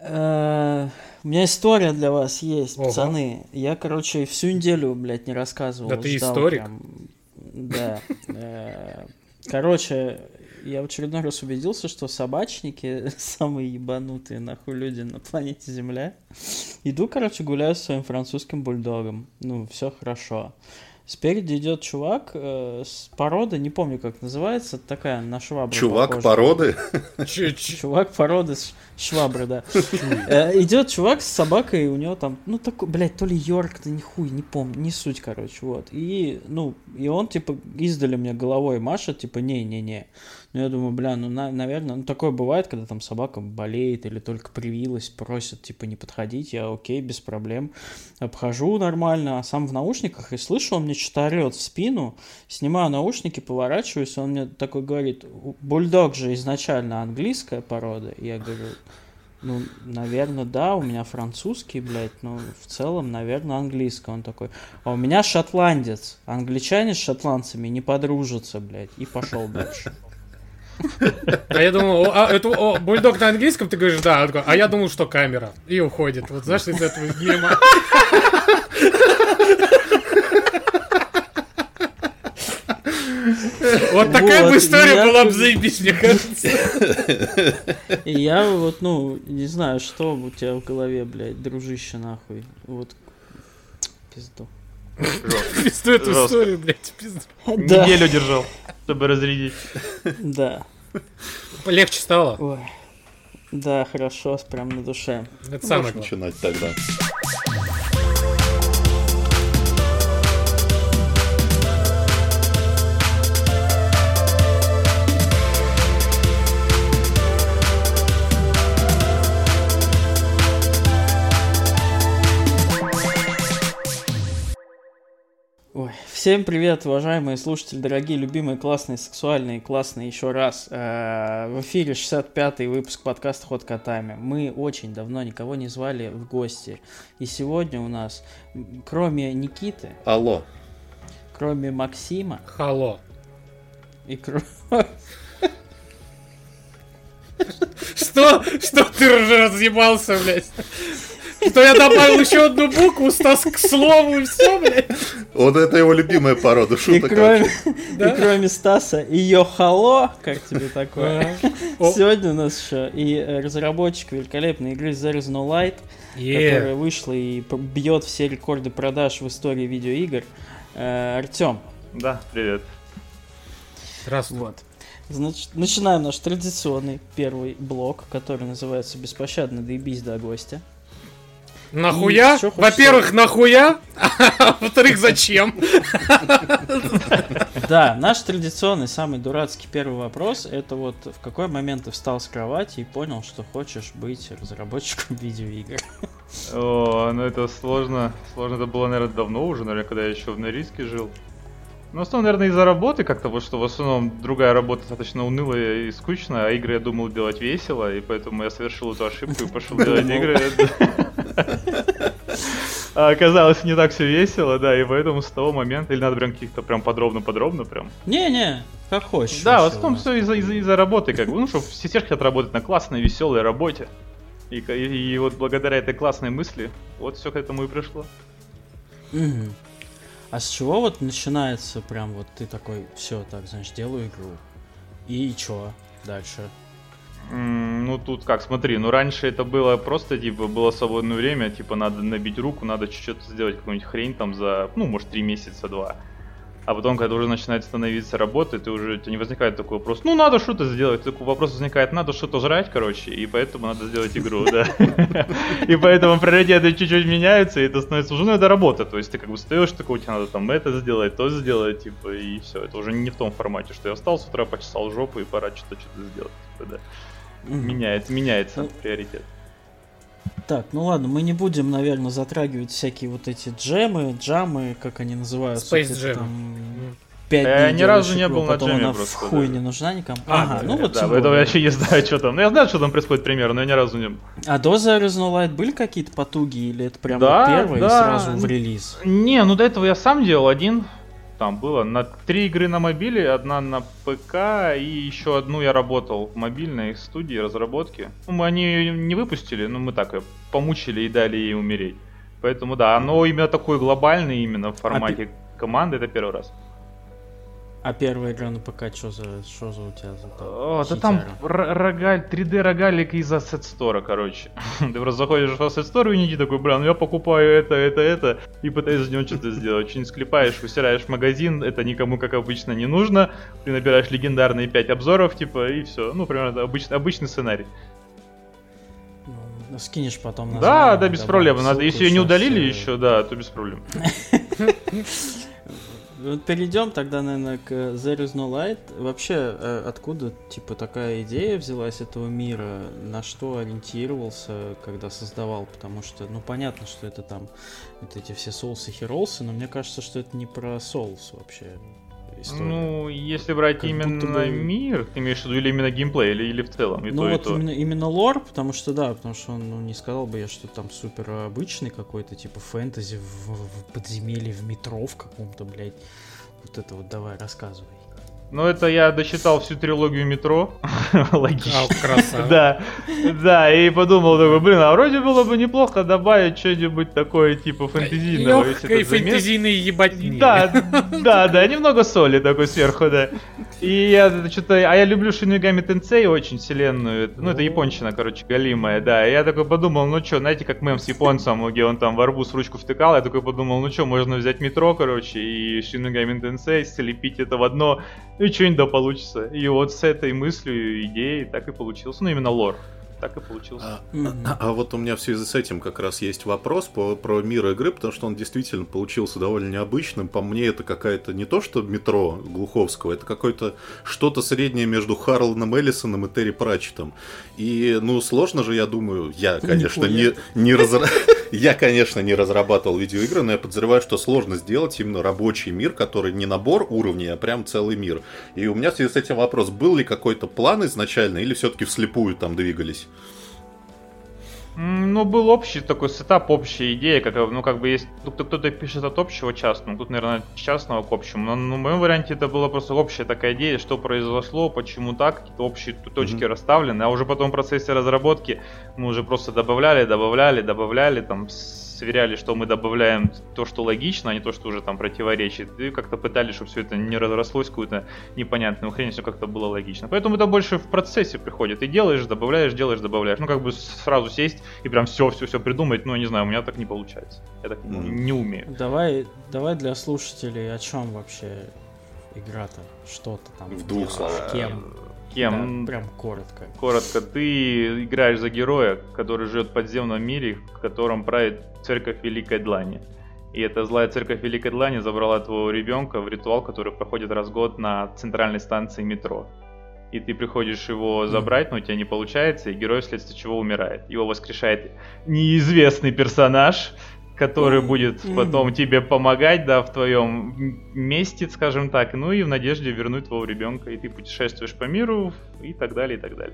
У меня история для вас есть, Ого. пацаны. Я, короче, всю неделю, блядь, не рассказывал. Да ты ждал историк. прям. Да. Короче, я в очередной раз убедился, что собачники самые ебанутые, нахуй, люди на планете Земля. Иду, короче, гуляю со своим французским бульдогом. Ну, все хорошо. Спереди идет чувак с породы, не помню, как называется, такая на швабру. Чувак похожа. породы? Чувак породы швабры, да. Идет чувак с собакой, и у него там, ну такой, блядь, то ли Йорк, да нихуй, не помню, не суть, короче, вот. И он, типа, издали мне головой машет, типа, не-не-не. Ну, я думаю, бля, наверное, такое бывает, когда там собака болеет или только привилась, просят, типа, не подходить, я окей, без проблем. Обхожу нормально, а сам в наушниках, и слышу, он мне что-то орет в спину, снимаю наушники, поворачиваюсь, он мне такой говорит, бульдог же изначально английская порода. Я говорю, ну, наверное, да, у меня французский, блядь, но в целом, наверное, английский. Он такой, а у меня шотландец, англичане с шотландцами не подружатся, блядь, и пошел дальше. А я думал, это бульдог на английском, ты говоришь, да, он такой, а я думал, что камера. И уходит. Вот знаешь, из этого дерьма. Вот такая бы история была бы заебись, мне кажется. И я вот, не знаю, что у тебя в голове, блядь, дружище, нахуй. Вот, пизду. Пизду эту историю, блядь, пизду. Неделю держал, чтобы разрядить. Да. Легче стало? Ой. Да, хорошо, прям на душе. Это самое Можешь главное. начинать тогда. Ой, всем привет, уважаемые слушатели, дорогие, любимые, классные, сексуальные, классные, еще раз. В эфире 65-й выпуск подкаста «Ход котами». Мы очень давно никого не звали в гости. И сегодня у нас, кроме Никиты, Алло. кроме Максима Халло. и кроме... Что? Что ты уже разъебался, блядь? Что я добавил еще одну букву, Стас, к слову, и все, блядь? Вот это его любимая порода И шуток. кроме Стаса и Йохало, как тебе такое? Сегодня у нас еще и разработчик великолепной игры There is no Light, которая вышла и бьет все рекорды продаж в истории видеоигр. Артем. Да, привет. Здравствуй. Вот. Значит, начинаем наш традиционный первый блок, который называется «Беспощадно доебись до гостя». Нахуя? Что хочешь Во-первых, сказать? нахуя? А во-вторых, зачем? Да, наш традиционный, самый дурацкий первый вопрос — это вот в какой момент ты встал с кровати и понял, что хочешь быть разработчиком видеоигр? О, ну это сложно. Сложно это было, наверное, давно уже, наверное, когда я еще в Норильске жил. Ну, в основном, наверное, из-за работы как-то, вот что в основном другая работа достаточно унылая и скучная, а игры я думал делать весело, и поэтому я совершил эту ошибку и пошел делать игры. А оказалось, не так все весело, да, и поэтому с того момента, или надо прям каких-то прям подробно прям. Не-не, как хочешь. Да, в вообще, основном да. все из-за работы, как бы, ну, что все те хотят работать на классной, веселой работе. И вот благодаря этой классной мысли, вот все к этому и пришло. Мгм. А с чего вот начинается прям вот ты такой, все, так, значит, делаю игру. И чё дальше? Ну тут как, смотри, ну раньше это было просто, типа, было свободное время, типа, надо набить руку, надо что-то сделать, какую-нибудь хрень там за, ну, может, 3 месяца, 2. А потом, когда уже начинает становиться работа, ты уже, у тебя не возникает такой вопрос, ну, надо что-то сделать, такой вопрос возникает, надо что-то жрать, короче, и поэтому надо сделать игру, да. И поэтому приоритеты чуть-чуть меняются, и это становится уже, ну, это работа, то есть ты как бы встаешь, такой, тебе надо там это сделать, то сделать, типа, и все, это уже не в том формате, что я встал с утра, почесал жопу, и пора что-то сделать, типа, да. Меняется приоритет. Так, ну ладно, мы не будем, наверное, затрагивать всякие вот эти джамы, как они называются. Space Ты Jam. там 5 Я дней ни разу делаешь не игру, был на потом джеме она просто, в хуй да. не нужна никому. А, Ага, ну вот Да, тем поэтому более. я вообще не знаю, что там. Ну, я знаю, что там происходит примерно, но я ни разу не... А до There is no Light были какие-то потуги, или это прям Да, вот первое да. и сразу в релиз? Не, ну до этого я сам делал один. там было. 3 игры на мобиле, 1 на ПК и еще 1 я работал в мобильной студии разработки. Ну, мы они не выпустили, но мы так ее помучили и дали ей умереть. Поэтому да, оно именно такое глобальное, именно в формате команды, это первый раз. А первая игра на ПК, что за у тебя за Да там 3D рогалик из Asset Store, короче. Ты просто заходишь в Asset Store и Unity такой, ну я покупаю это, и пытаешься из него что-то сделать. Что-нибудь склепаешь, высираешь в магазин, это никому, как обычно, не нужно. Ты набираешь легендарные 5 обзоров, типа, и все. Ну, примерно обычный сценарий. Ну, скинешь потом название. Да, без проблем. Надо, если ее не удалили еще, да, то без проблем. Перейдем тогда, наверное, к There is no light. Вообще, откуда, типа, такая идея взялась этого мира? На что ориентировался, когда создавал? Потому что, ну, понятно, что это там вот эти все Souls и Heroes, но мне кажется, что это не про Souls вообще история. Ну, если брать как именно мир, ты имеешь в виду или именно геймплей, или в целом? И ну, то, вот и то. Именно лор, потому что, да, потому что он, не сказал бы я, что там супер обычный какой-то, типа, фэнтези в подземелье, в метро в каком-то, блядь. Вот это вот давай, рассказывай. Ну, это я досчитал всю трилогию Метро. Логично. Красава. Да, и подумал, такой, а вроде было бы неплохо добавить что-нибудь такое, типа, фэнтезийного. Легкой фэнтезийной ебатни. Да, немного соли такой сверху, да. И я что-то... А я люблю Shin Megami Tensei очень, вселенную. Ну, это япончина, короче, голимая, да. И я такой подумал, ну что, знаете, как мем с японцем, где он там в арбуз ручку втыкал, я такой подумал, ну что, можно взять Метро, короче, и Shin Megami Tensei, слепить это в одно, и что-нибудь да получится. И вот с этой мыслью, идеей так и получился. Ну, именно лор. Так и получился. А вот у меня в связи с этим как раз есть вопрос про мир игры, потому что он действительно получился довольно необычным. По мне, это какая-то не то, что Метро Глуховского, это какое-то что-то среднее между Харланом Эллисоном и Терри Пратчеттом. И, ну, сложно же, я думаю, я, конечно, я, конечно, не разрабатывал видеоигры, но я подозреваю, что сложно сделать именно рабочий мир, который не набор уровней, а прям целый мир. И у меня в связи с этим вопрос, был ли какой-то план изначально, или все-таки вслепую там двигались? Ну, был общий такой сетап, общая идея, как бы есть, кто-то пишет от общего к частному, тут, наверное, от частного к общему, но в моем варианте это была просто общая такая идея, что произошло, почему так, какие-то общие точки расставлены, а уже потом в процессе разработки мы уже просто добавляли, там, сверяли, что мы добавляем то, что логично, а не то, что уже там противоречит, и как-то пытались, чтобы все это не разрослось в какую-то непонятную хрень, все как-то было логично. Поэтому это больше в процессе приходит. И делаешь, добавляешь, добавляешь. Ну, как бы сразу сесть и прям все придумать, ну, я не знаю, у меня так не получается. Я так не умею. Давай для слушателей, о чем вообще игра-то? Что-то там? В 2 словах. Кем? Да, прям коротко. Коротко. Ты играешь за героя, который живет в подземном мире, в котором правит церковь Великой Длани. И эта злая церковь Великой Длани забрала твоего ребенка в ритуал, который проходит раз в год на центральной станции метро. И ты приходишь его забрать, но у тебя не получается, и герой вследствие чего умирает. Его воскрешает неизвестный персонаж, который будет потом тебе помогать, да, в твоем месте, скажем так, ну и в надежде вернуть твоего ребенка, и ты путешествуешь по миру, и так далее, и так далее.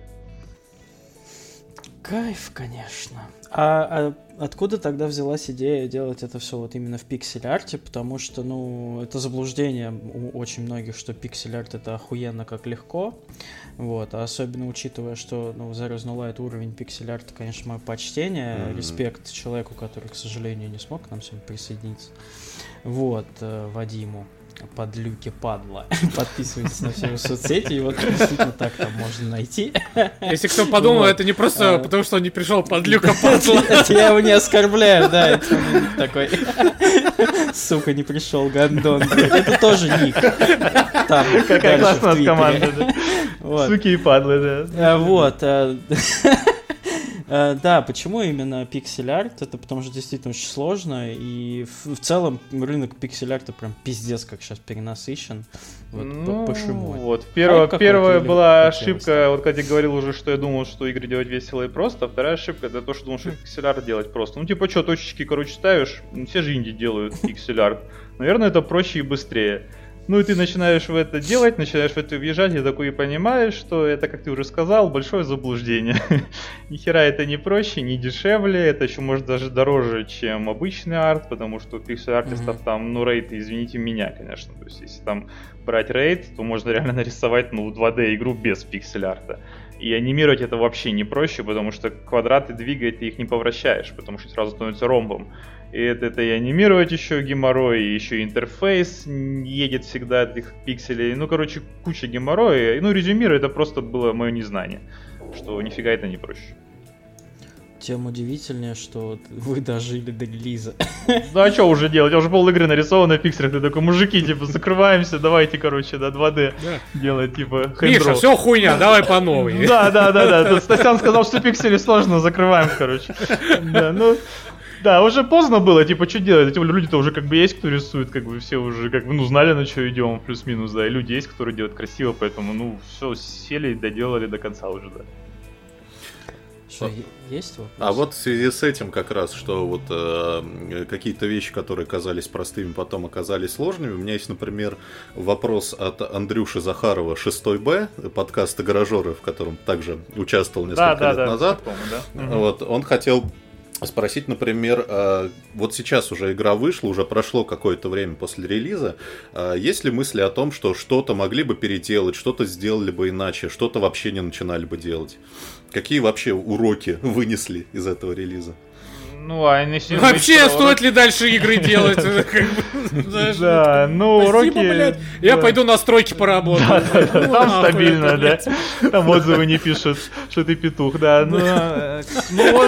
Кайф, конечно. А откуда тогда взялась идея делать это все вот именно в пиксель-арте? Потому что, ну, это заблуждение у очень многих, что пиксель-арт это охуенно как легко. Вот, а особенно учитывая, что, ну, There is no light уровень пиксель-арта, конечно, мое почтение. Респект человеку, который, к сожалению, не смог к нам сегодня присоединиться. Вот, Вадиму. Подлюки падла. Подписывайтесь на все соцсети, и вот действительно так там можно найти. Если кто подумал, это не просто потому, что он не пришел подлюка падла. Я его не оскорбляю, да, это ник такой. Сука, не пришел, гандон. Это тоже ник. Какая классная команда, да? Суки и падлы, да. Вот. Да, почему именно пиксель-арт? Это потому что действительно очень сложно, и в целом рынок пиксель-арта прям пиздец как сейчас перенасыщен. Вот, почему? Вот, первая была ошибка, вот когда я говорил уже, что я думал, что игры делать весело и просто, а вторая ошибка это то, что думал, что пиксель-арт делать просто. Ну типа что, точечки, короче, ставишь, все же инди делают пиксель-арт. Наверное, это проще и быстрее. Ну и ты начинаешь в это делать, начинаешь в это въезжать, и такой понимаешь, что это, как ты уже сказал, большое заблуждение. Ни хера это не проще, не дешевле, это еще может даже дороже, чем обычный арт, потому что у пиксель-артистов там, ну, рейты, извините меня, конечно. То есть если там брать рейд, то можно реально нарисовать, ну, 2D игру без пиксель-арта. И анимировать это вообще не проще, потому что квадраты двигать ты их не повращаешь, потому что сразу становится ромбом. И это и анимировать еще геморрой, и еще интерфейс едет всегда от этих пикселей. Ну, короче, куча геморроя. Ну, резюмируя, это просто было мое незнание, что нифига это не проще. Тем удивительнее, что вы дожили до релиза. Ну а что уже делать? Я уже пол игры нарисован на пикселях. Ты такой, мужики, типа, закрываемся, давайте, короче, до 2D делать, типа, Миша, все хуйня, давай по новой. Да. Стасян сказал, что пиксели сложно, закрываем, короче. Да, ну... Да, уже поздно было, типа, что делать? Тем более люди-то уже как бы есть, кто рисует, как бы все уже, как бы, ну, знали, на что идем, плюс-минус, да, и люди есть, которые делают красиво, поэтому, ну, все, сели и доделали до конца уже, да. Что, есть вопрос? А вот в связи с этим как раз, что вот какие-то вещи, которые казались простыми, потом оказались сложными. У меня есть, например, вопрос от Андрюши Захарова 6Б, подкаста «Гаражеры», в котором также участвовал несколько лет назад. Вот, он хотел спросить, например, вот сейчас уже игра вышла, уже прошло какое-то время после релиза, есть ли мысли о том, что что-то могли бы переделать, что-то сделали бы иначе, что-то вообще не начинали бы делать? Какие вообще уроки вынесли из этого релиза? Ну, а если вообще, стоит ли дальше игры делать? Да, ну, уроки... Я пойду на стройки поработаю. Там стабильно, да. Там отзывы не пишут, что ты петух, да. Ну, вот...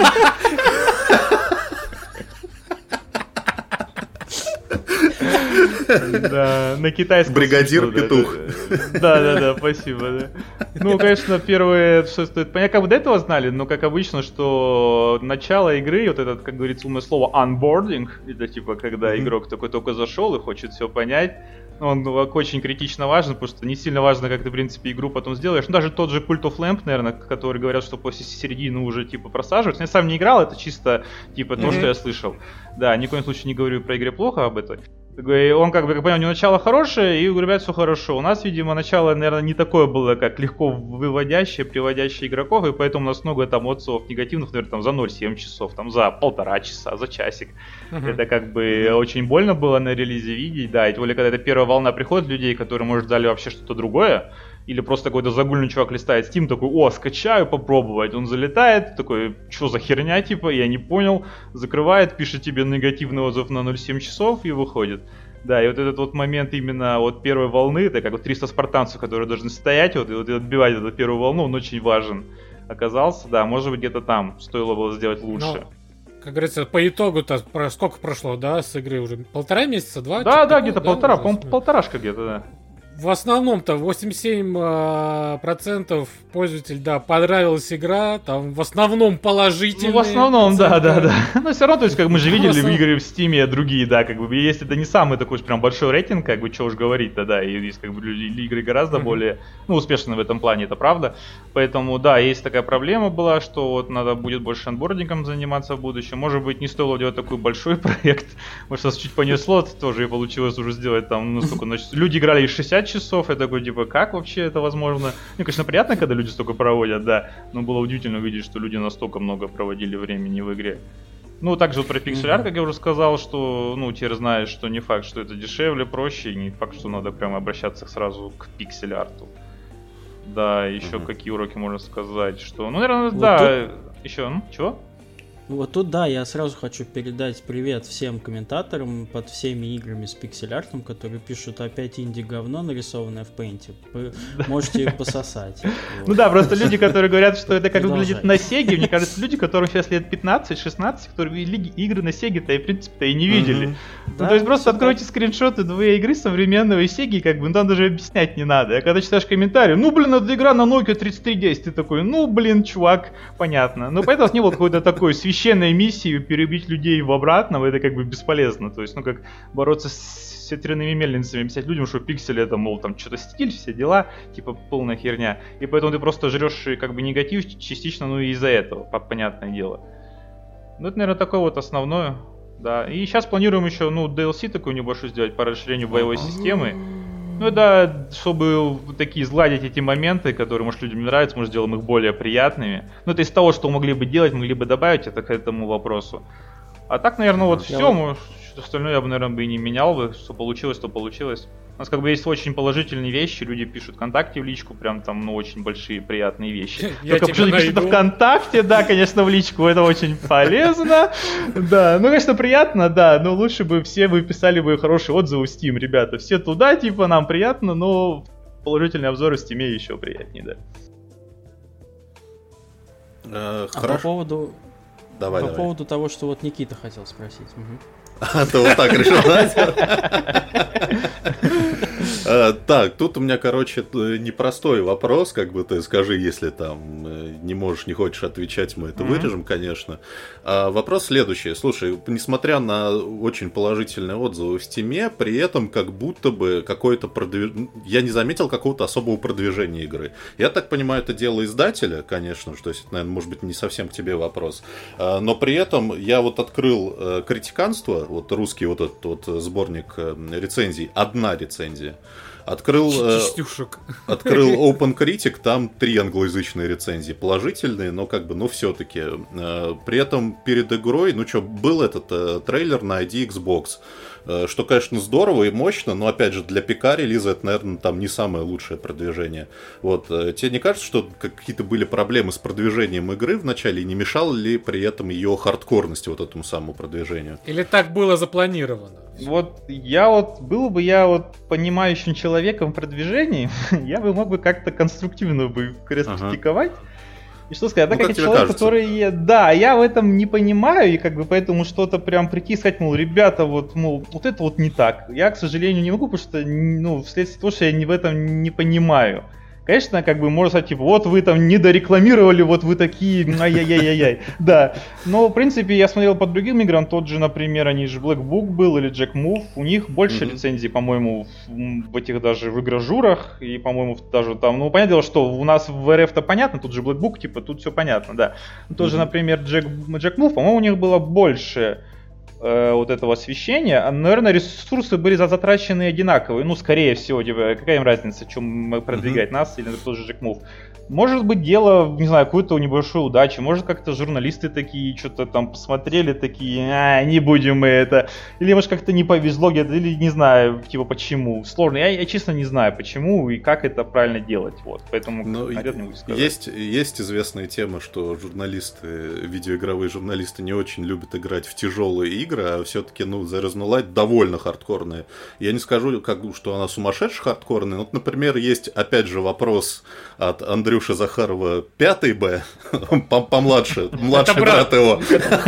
Да, на китайском. Бригадир петух. Да, спасибо, да. Ну, конечно, первое, что стоит понять, как бы до этого знали, но как обычно, что начало игры, вот это, как говорится, умное слово onboarding, это типа, когда игрок такой только зашел и хочет все понять, он очень критично важен, потому что не сильно важно, как ты, в принципе, игру потом сделаешь. Ну, даже тот же Cult of Lamp, наверное, который говорят, что после середины уже, типа, просаживается. Я сам не играл, это чисто, типа, то, что я слышал. Да, ни в коем случае не говорю про игре плохо об этом. Он, как бы, как понял, у него начало хорошее, и у ребят все хорошо. У нас, видимо, начало, наверное, не такое было, как легко выводящее, приводящее игроков, и поэтому у нас много там отзывов негативных, наверное, там за 0,7 часов, там за 1,5 часа, за часик. Это как бы очень больно было на релизе видеть, да, и тем более, когда эта первая волна приходит людей, которые, может, ждали вообще что-то другое, или просто какой-то загульный чувак листает Steam, такой, о, скачаю, попробовать. Он залетает, такой, что за херня, типа, я не понял. Закрывает, пишет тебе негативный отзыв на 0,7 часов и выходит. Да, и вот этот вот момент именно от первой волны, это как вот 300 спартанцев, которые должны стоять, вот, и отбивать эту первую волну, он очень важен оказался. Да, может быть, где-то там стоило было сделать лучше. Как говорится, по итогу-то сколько прошло, да, с игры уже? 1,5 месяца, 2? Да, где-то полтора, по-моему, полторашка где-то, да. В основном-то 87% пользователей, да, понравилась игра, там в основном положительные. Ну, в основном, да. Но все равно, то есть, как мы же видели в игры в Steam другие, да, как бы, если это не самый такой прям большой рейтинг, как бы, что уж говорить-то, да, и есть, как бы, игры гораздо более, ну, успешны в этом плане, это правда. Поэтому, да, есть такая проблема была, что вот надо будет больше анбордингом заниматься в будущем. Может быть, не стоило делать такой большой проект, может, нас чуть понесло, тоже и получилось уже сделать там, ну, сколько, значит, люди играли и 60 часов, я такой, типа, как вообще это возможно? Ну, конечно, приятно, когда люди столько проводят, да, но было удивительно увидеть, что люди настолько много проводили времени в игре. Ну, также вот про пиксель-арт, как я уже сказал, что, ну, теперь знаешь, что не факт, что это дешевле, проще, и не факт, что надо прямо обращаться сразу к пиксель-арту. Да, еще какие уроки можно сказать, что, ну, наверное, вот да, тут... еще, чего? Вот тут, да, я сразу хочу передать привет всем комментаторам под всеми играми с пиксель-артом, которые пишут опять инди-говно, нарисованное в Paint. Вы можете их пососать. Ну да, просто люди, которые говорят, что это как выглядит на Сеге, мне кажется, люди, которым сейчас лет 15-16, которые видели игры на Сеге-то и, в принципе-то, и не видели. Ну, то есть просто откройте скриншоты 2 игры современного Сеги, как бы, ну там даже объяснять не надо. А когда читаешь комментарии, ну, блин, это игра на Nokia 3310, ты такой, ну, блин, чувак, понятно. Ну, поэтому не было какой-то такой священной миссии перебить людей в обратном, это как бы бесполезно. То есть, ну, как бороться с ветряными мельницами, объяснять людям, что пиксели это, мол, там, что-то стиль, все дела, типа, полная херня. И поэтому ты просто жрешь, как бы, негатив частично, ну, и из-за этого, понятное дело. Ну, это, наверное, такое вот основное. Да, и сейчас планируем еще, ну, DLC такой небольшой сделать по расширению боевой системы. Ну да, чтобы такие сгладить эти моменты, которые, может, людям не нравятся, может, сделаем их более приятными. Ну, это из того, что могли бы делать, могли бы добавить это к этому вопросу. А так, наверное, вот все, может, что-то остальное я бы, наверное, бы и не менял бы, что получилось, то получилось. У нас как бы есть очень положительные вещи, люди пишут ВКонтакте в личку, прям там, ну, очень большие приятные вещи. Только почему пишут ВКонтакте, да, конечно, в личку, это очень полезно. Да, ну, конечно, приятно, да, но лучше бы все вы писали бы хорошие отзывы в Steam, ребята. Все туда, типа, нам приятно, но положительные обзоры в Steam еще приятнее, да. По поводу... Давай. поводу того, что вот Никита хотел спросить. Ты вот так решил, Так, тут у меня, короче, непростой вопрос, как бы ты скажи, если там не можешь, не хочешь отвечать, мы это вырежем, конечно. Вопрос следующий. Слушай, несмотря на очень положительные отзывы в Стиме, при этом как будто бы какое-то я не заметил какого-то особого продвижения игры. Я так понимаю, это дело издателя, конечно, что это, наверное, может быть не совсем к тебе вопрос. Но при этом я вот открыл критиканство, вот русский вот этот вот сборник рецензий, одна рецензия. Открыл Open Critic, там 3 англоязычные рецензии, положительные, но как бы, ну все-таки. При этом перед игрой, ну что, был этот трейлер на ID Xbox, что, конечно, здорово и мощно, но, опять же, для ПК-релиза это, наверное, там не самое лучшее продвижение. Вот. Тебе не кажется, что какие-то были проблемы с продвижением игры в начале, и не мешало ли при этом ее хардкорности вот этому самому продвижению? Или так было запланировано? Вот был бы я понимающим человеком в продвижении, я бы мог бы как-то конструктивно бы раскритиковать. И что сказать, так как я человек, который... Да, я в этом не понимаю, и как бы поэтому что-то прям прийти и сказать, мол, ребята, вот это вот не так. Я, к сожалению, не могу, потому что, ну, вследствие того, что я в этом не понимаю. Конечно, как бы можно сказать, типа, вот вы там не дорекламировали, вот вы такие, ай-яй-яй-яй-яй. Да, но, в принципе, я смотрел по другим играм, тот же, например, они же Black Book был или Jack Move, у них больше рецензий, по-моему, в этих даже в игражурах, и, по-моему, даже там, ну, понятное дело, что у нас в РФ-то понятно, тут же Black Book, типа, тут все понятно, да. Тот же, например, Jack Move, по-моему, у них было больше вот этого освещения, наверное, ресурсы были затрачены одинаковые, ну, скорее всего, типа, какая им разница, чем продвигать нас или тот же Jack Move. Может быть, дело, не знаю, какой-то небольшой удачи, может, как-то журналисты такие что-то там посмотрели, такие, не будем мы это, или, может, как-то не повезло где-то, или не знаю, типа, почему. Сложно, я честно не знаю, почему и как это правильно делать, вот, поэтому, наверное, не буду сказать. Есть известная тема, что журналисты, видеоигровые журналисты не очень любят играть в тяжелые игры, а все-таки, ну, The Resident Light довольно хардкорная. Я не скажу, что она сумасшедшая хардкорная, но, например, есть, опять же, вопрос от Андрюши Захарова 5 Б, помладше, младший брат его.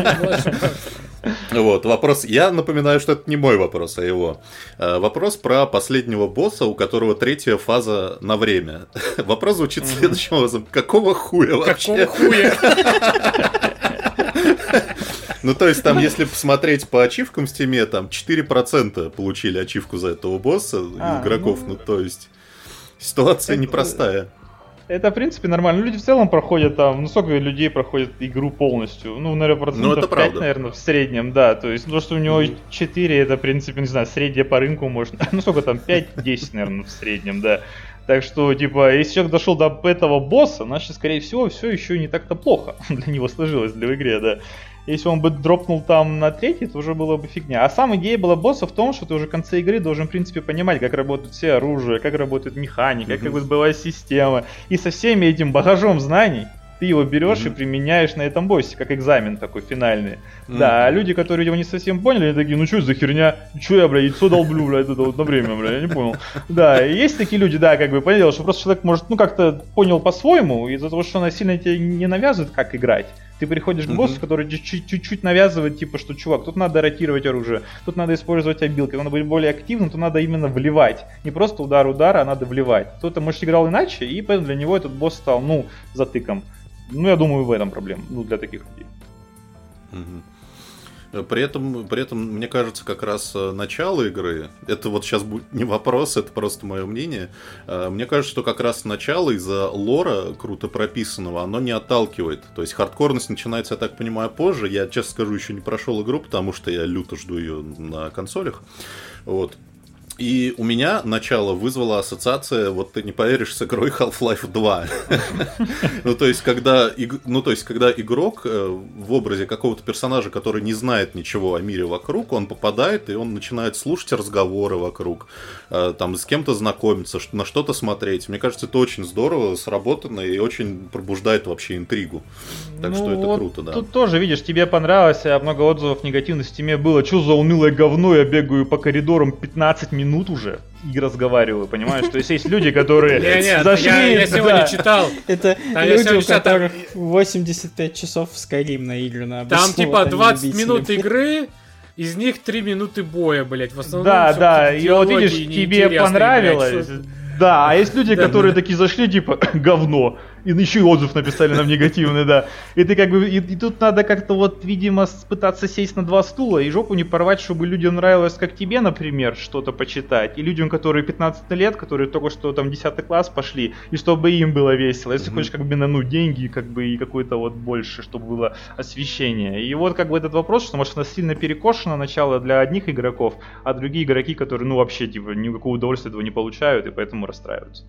Вот, вопрос, я напоминаю, что это не мой вопрос, а его. Вопрос про последнего босса, у которого 3-я фаза на время. Вопрос звучит следующим образом. Какого хуя вообще? Какого хуя? Ну, то есть, там, если посмотреть по ачивкам в Стиме, там 4% получили ачивку за этого босса игроков, ну, то есть, ситуация непростая. Это, в принципе, нормально. Люди в целом проходят там, ну, сколько людей проходят игру полностью? Ну, наверное, процентов 5, наверное, в среднем, да. То есть, то, что у него 4, это, в принципе, не знаю, средняя по рынку можно. Ну, сколько там, 5-10, наверное, в среднем, да. Так что, типа, если человек дошел до этого босса, значит, скорее всего, все еще не так-то плохо для него сложилось, для игры, да. Если он бы дропнул там на 3-й, то уже было бы фигня. А сама идея была босса в том, что ты уже в конце игры должен, в принципе, понимать, как работают все оружия, как работает механика, как будет боевая система. И со всеми этим багажом знаний ты его берешь и применяешь на этом боссе, как экзамен такой финальный. Да, а люди, которые его не совсем поняли, они такие, ну что за херня? Что я, бля, яйцо долблю, бля, это вот на время, бля, я не понял. Да, и есть такие люди, да, как бы, понял, что просто человек, может, ну, как-то понял по-своему, из-за того, что она сильно тебе не навязывает, как играть. Ты приходишь к боссу, который чуть-чуть навязывает, типа, что, чувак, тут надо ротировать оружие, тут надо использовать обилки, надо быть более активным, тут надо именно вливать. Не просто удар, а надо вливать. Кто-то, может, играл иначе, и поэтому для него этот босс стал, ну, затыком. Ну, я думаю, в этом проблема, ну, для таких людей. При этом, мне кажется, как раз начало игры, это вот сейчас будет не вопрос, это просто мое мнение, мне кажется, что как раз начало из-за лора круто прописанного, оно не отталкивает. То есть хардкорность начинается, я так понимаю, позже. Я, честно скажу, еще не прошел игру, потому что я люто жду ее на консолях. Вот. И у меня начало вызвала ассоциация, вот ты не поверишь, с игрой Half-Life 2. Ну, то есть, когда игрок в образе какого-то персонажа, который не знает ничего о мире вокруг, он попадает, и он начинает слушать разговоры вокруг, там, с кем-то знакомиться, на что-то смотреть. Мне кажется, это очень здорово сработано и очень пробуждает вообще интригу. Так что это круто, да. Тут тоже, видишь, тебе понравилось, а много отзывов негативных в Steam было. Чё за унылое говно, я бегаю по коридорам 15 минут уже и разговариваю, понимаешь? То есть есть люди, которые зашли... Я сегодня читал. Это люди, у которых 85 часов в Skyrim наиграно. Там типа 20 минут игры, из них 3 минуты боя, блять. В основном да, и вот видишь, тебе понравилось. Да, а есть люди, которые такие зашли, типа, говно. И еще и отзыв написали нам негативный, да. И ты как бы. И тут надо как-то вот, видимо, пытаться сесть на два стула и жопу не порвать, чтобы людям нравилось, как тебе, например, что-то почитать. И людям, которые 15 лет, которые только что там 10 класс пошли, и чтобы им было весело. Если хочешь, как бы, деньги, как бы, и какое-то вот больше, чтобы было освещение. И вот как бы этот вопрос, что может она сильно перекошена начало для одних игроков, а другие игроки, которые, ну, вообще, типа, никакого удовольствия этого не получают, и поэтому расстраиваются.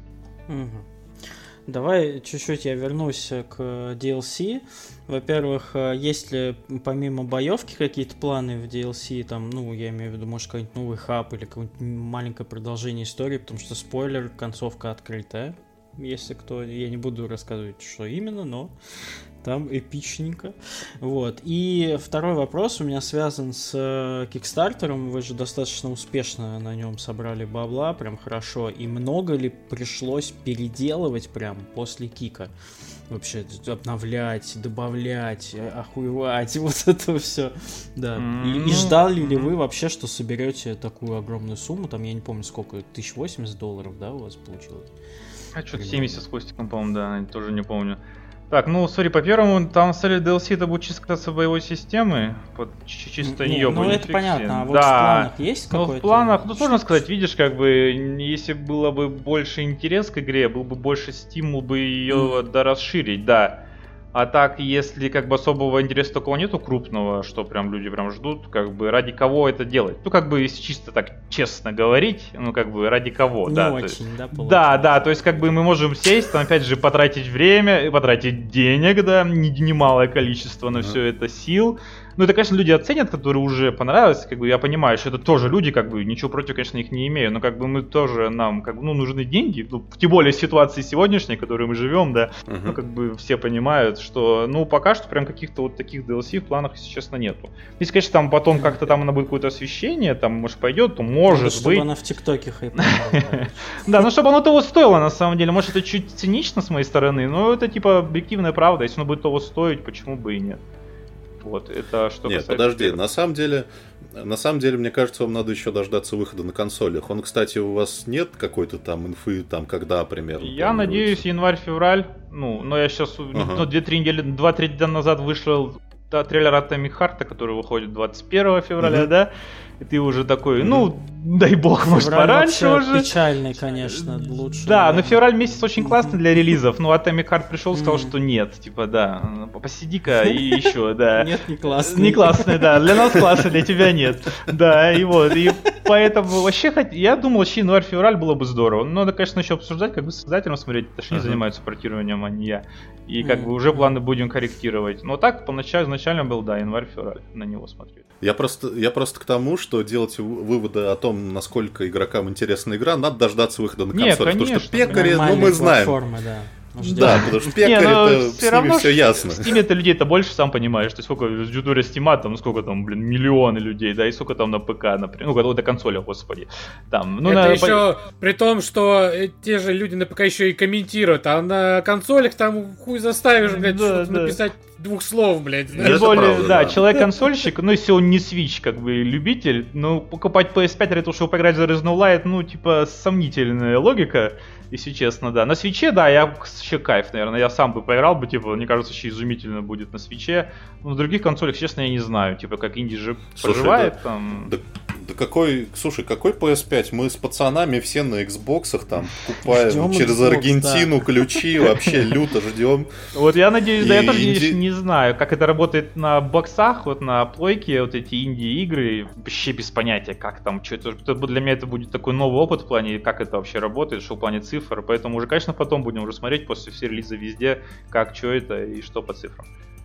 Давай чуть-чуть я вернусь к DLC. Во-первых, есть ли помимо боевки какие-то планы в DLC, там, ну, я имею в виду, может, какой-нибудь новый хаб или какое-нибудь маленькое продолжение истории, потому что спойлер, концовка открытая. Если кто, я не буду рассказывать, что именно, но там эпичненько. Вот. И второй вопрос у меня связан с Кикстартером. Вы же достаточно успешно на нем собрали бабла, прям хорошо. И много ли пришлось переделывать прям после кика? Вообще обновлять, добавлять, охуевать, вот это все. Да. И ждали ли вы вообще, что соберете такую огромную сумму? Там, я не помню, сколько, $1080, да, у вас получилось? А что-то 70 с хвостиком, по-моему, да, тоже не помню. Так, ну, смотри, по первому, там, смотри, DLC это будет чисто касаться боевой системы, чисто нее будет. Ну, это понятно, а вот в планах есть какой-то? Ну, в планах, ну, сложно сказать, видишь, как бы, если было бы больше интерес к игре, был бы больше стимул бы ее расширить, да. А так, если как бы особого интереса такого нету крупного, что прям люди прям ждут, как бы ради кого это делать? Ну, как бы, если чисто так честно говорить, ну, как бы ради кого, не да. Очень, есть, да, да, то есть, как бы мы можем сесть, там, опять же, потратить время, потратить денег, да, немалое количество на все это сил. Ну, это, конечно, люди оценят, которые уже понравилось, как бы, я понимаю, что это тоже люди, как бы, ничего против, конечно, их не имею, но, как бы, мы тоже, нам, как бы, ну, нужны деньги, ну, тем более в ситуации сегодняшней, в которой мы живем, да, ну, как бы, все понимают, что, ну, пока что прям каких-то вот таких DLC в планах, если честно, нету. Если, конечно, там потом как-то там она будет какое-то освещение, там, может, пойдет, то может быть. Чтобы она в ТикТоке хайпала. Да, ну, чтобы оно того стоило, на самом деле, может, это чуть цинично с моей стороны, но это, типа, объективная правда, если оно будет того стоить, почему бы и нет. Вот, это что Нет, подожди, на самом деле, мне кажется, вам надо еще дождаться выхода на консолях. Он, кстати, у вас нет какой-то там инфы, там, когда примерно? Я надеюсь, январь-февраль, ну, но я сейчас, 2-3 дня назад вышел трейлер Atomic Heart, который выходит 21 февраля, да? И ты уже такой, ну, дай бог, может, пораньше уже. Печальный, конечно, лучше. Да, но февраль месяц очень классный для релизов. Ну, Atomic Heart пришел, сказал, что нет. Типа, да, посиди-ка и еще, да. Нет, не классный. Не классный, да. Для нас классный, для тебя нет. Да, и вот. И поэтому вообще, я думал, вообще январь-февраль было бы здорово. Но надо, конечно, еще обсуждать, как бы с издателем смотреть. Это же они занимаются портированием, а не я. И как бы уже планы будем корректировать. Но так, изначально был, да, январь-февраль. На него смотреть. Я просто к тому, что делать выводы о том, насколько игрокам интересна игра, надо дождаться выхода на консоль. Потому что пекари, ну, мы знаем. Да, потому что пекарь, это с ними все ясно. В Steam-то людей-то больше, сам понимаешь. То есть сколько в Джудуре Steam, там, сколько там, блин, миллионы людей, да, и сколько там на ПК, например. Ну, это консоли, господи. Там, ну, это еще при том, что те же люди на ПК еще и комментируют, а на консолях там хуй заставишь, блядь, что-то написать 2 слов, блядь. Тем более, да, человек-консольщик, ну, если он не Switch, как бы, любитель, ну, покупать PS5 для того, чтобы поиграть за Resident Light, ну, типа, сомнительная логика, если честно, да. На Switch'е, да, я вообще кайф, наверное, я сам бы поиграл бы, типа, мне кажется, вообще изумительно будет на Switch'е. Но на других консолях, честно, я не знаю, типа, как инди же проживает да, там. Да, Да слушай, какой PS5? Мы с пацанами все на Xbox'ах там покупаем Ждем через Xbox, Аргентину ключи, вообще люто ждем. Вот я надеюсь, да, я тоже И не знаю, как это работает на боксах, вот на плойке, вот эти инди-игры, вообще без понятия, как там, что это, для меня это будет такой новый опыт в плане, как это вообще работает, что в плане цифр, поэтому уже, конечно, потом будем уже смотреть после все релиза везде, как, что это и что по цифрам.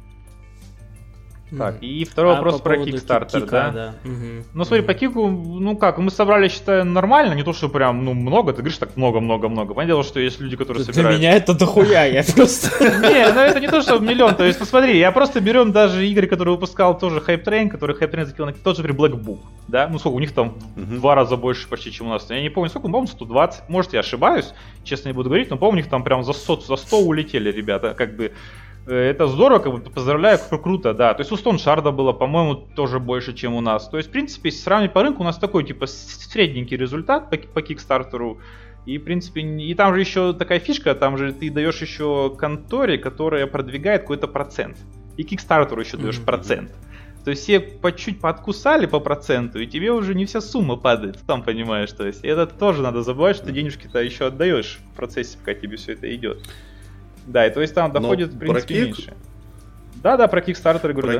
Так, и второй вопрос про Kickstarter, да? Ну, смотри, по Кику, ну как, мы собрали, считаю, нормально, не то, что прям, ну, много, ты говоришь так много-много-много. Понятное дело, что есть люди, которые собирают... Для меня это дохуя, я просто... Не, ну это не то, что миллион, то есть, посмотри, я просто берем даже игры, которые выпускал тоже Hype Train, который Hype Train закинул на тот же, например, Black Book, да? Ну, сколько, у них там в 2 раза больше почти, чем у нас. Я не помню, сколько, по-моему, 120, может, я ошибаюсь, честно не буду говорить, но, по-моему, у них там прям за 100 улетели, ребята, как бы... Это здорово, как бы, поздравляю, круто, да. То есть у Stone Shard'а было, по-моему, тоже больше, чем у нас. То есть, в принципе, если сравнивать по рынку, у нас такой, типа, средненький результат по Кикстартеру. И, в принципе, и там же еще такая фишка, там же ты даешь еще конторе, которая продвигает какой-то процент. И Кикстартеру еще даешь процент. То есть все по чуть подкусали по проценту, и тебе уже не вся сумма падает, сам понимаешь. То есть это тоже надо забывать, что ты денежки-то еще отдаешь в процессе, пока тебе все это идет. Да, и то есть там доходит, в принципе, меньше. Да, про Kickstarter, говорю,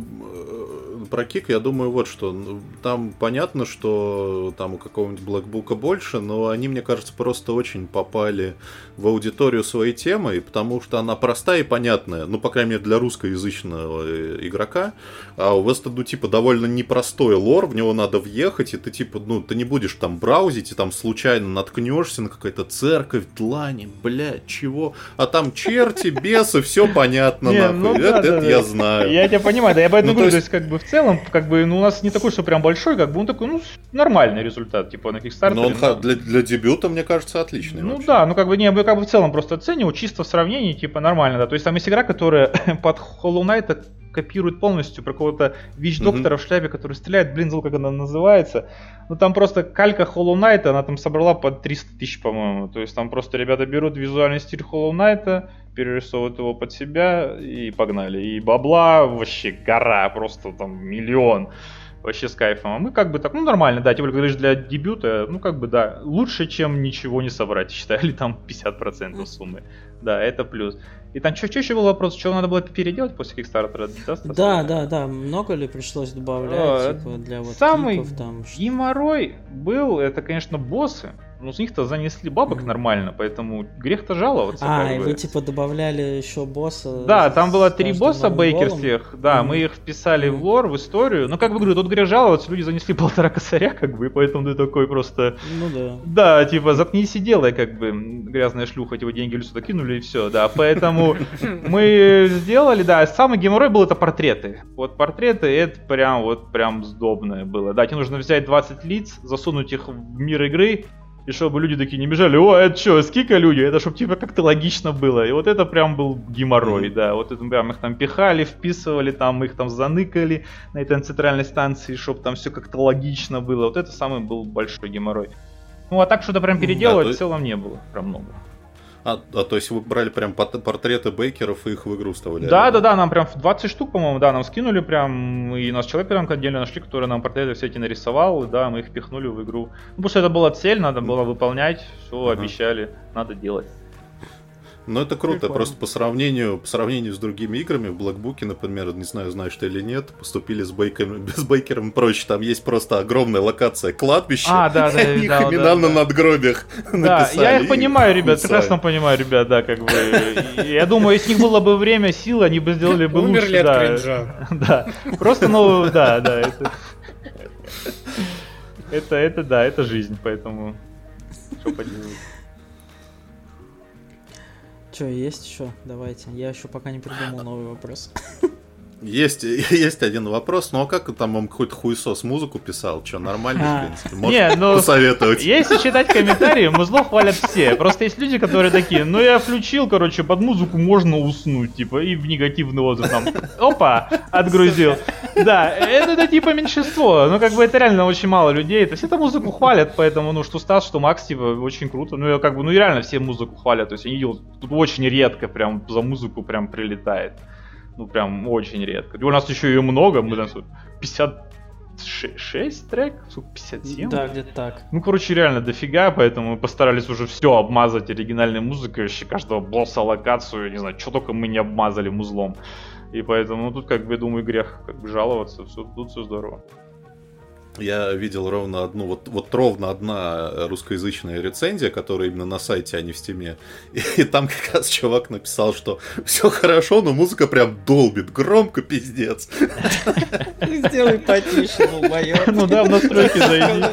Про Кик, я думаю, вот что. Там понятно, что там у какого-нибудь Blackbook'а больше, но они, мне кажется, просто очень попали в аудиторию своей темой, потому что она простая и понятная, ну, по крайней мере, для русскоязычного игрока. А у вас тут, ну, типа, довольно непростой лор, в него надо въехать, и ты, типа, ну, ты не будешь там браузить, и там случайно наткнешься на какую-то церковь, длани, блядь, чего? А там черти, бесы, все понятно, нахуй. Это я знаю. Я тебя понимаю, да, я поэтому говорю, то есть, как бы, в целом, как бы, ну, у нас не такой, что прям большой, как бы, он такой, ну, нормальный результат, типа, на Kickstarter. Но он для дебюта, мне кажется, отличный. Ну вообще. Да, ну, как бы, не, я как бы в целом просто оцениваю, чисто в сравнении, типа, нормально, да. То есть там есть игра, которая под Hollow Knight копирует полностью про какого-то вич-доктора в шляпе, который стреляет, блин, забыл, как она называется. Ну, там просто калька Hollow Knight, она там собрала под 300 тысяч, по-моему. То есть там просто ребята берут визуальный стиль Hollow Knight, перерисовывают его под себя и погнали. И бабла вообще гора, просто там миллион. Вообще с кайфом. А мы как бы так, ну нормально, да, тем более, говоришь, для дебюта, ну как бы да, лучше, чем ничего не собрать, считали там 50% суммы. Да, это плюс. И там что еще был вопрос, что надо было переделать после Kickstarter? Да, много ли пришлось добавлять, типа, для вот самый кликов там? Геморрой был, это, конечно, боссы. Ну, с них-то занесли бабок нормально, поэтому грех-то жаловаться. И вы типа добавляли еще босса? Да, там было 3 босса бейкерских, да, мы их вписали в лор, в историю. Ну, как бы говорю, тут грех жаловаться, люди занесли 1,5 косаря, как бы, и поэтому ты такой просто... Ну да. Да, типа, заткнись и делай, как бы, грязная шлюха, типа, деньги в лицо докинули и все, да, поэтому мы сделали, да, самый геморрой был это портреты. Вот портреты, это прям сдобное было. Да, тебе нужно взять 20 лиц, засунуть их в мир игры, и чтобы люди такие не бежали, о, это что, сколько люди? Это чтобы типа как-то логично было. И вот это прям был геморрой, да. Вот это прям их там пихали, вписывали, там их там заныкали на этой центральной станции, чтобы там все как-то логично было. Вот это самый был большой геморрой. Ну а так что-то прям переделывать в целом не было прям много. То есть вы брали прям портреты бейкеров и их в игру вставляли? Да, нам прям 20 штук, по-моему, да, нам скинули прям, и нас человек прям отдельно нашли, который нам портреты все эти нарисовал, да, мы их впихнули в игру. Ну, потому что это была цель, надо было выполнять, все обещали, надо делать. Ну, это круто. Прикольно. Просто по сравнению с другими играми, в Blackbook'е, например, не знаю, знаешь ты или нет, поступили с бейкером проще. Там есть просто огромная локация кладбища. Их имена на надгробиях написали. Да, я их понимаю, ребят, прекрасно понимаю, ребят, да, как бы. Я думаю, если у них было бы время, силы, они бы сделали бы лучше. Умерли от кринжа. Да, просто, ну, да, это жизнь, поэтому что поделать. Что, есть еще? Давайте. Я еще пока не придумал новый вопрос. Есть один вопрос, ну а как там вам какой-то хуесос музыку писал? Что, нормально, в принципе? Можешь посоветовать? Если читать комментарии, музло хвалят все. Просто есть люди, которые такие, ну я включил, короче, под музыку можно уснуть, типа, и в негативный отзыв там, опа, отгрузил. Да, это типа меньшинство, ну как бы это реально очень мало людей, то есть это музыку хвалят, поэтому, ну что Стас, что Макс, типа, очень круто. Ну я как бы, ну и реально все музыку хвалят, то есть я видел, тут очень редко прям за музыку прям прилетает. Ну, прям очень редко. У нас еще ее много, мы там 50 6 треков? 57? Да, где-то так. Ну, короче, реально дофига, поэтому мы постарались уже все обмазать оригинальной музыкой, вообще каждого босса, локацию, не знаю, что только мы не обмазали музлом. И поэтому, ну, тут, как бы, я думаю, грех как бы жаловаться, тут все здорово. Я видел ровно одну, вот ровно одна русскоязычная рецензия, которая именно на сайте, а не в Стиме. И там как раз чувак написал, что все хорошо, но музыка прям долбит, громко пиздец. Сделай потише, долбоёб. Ну да, в настройки зайди.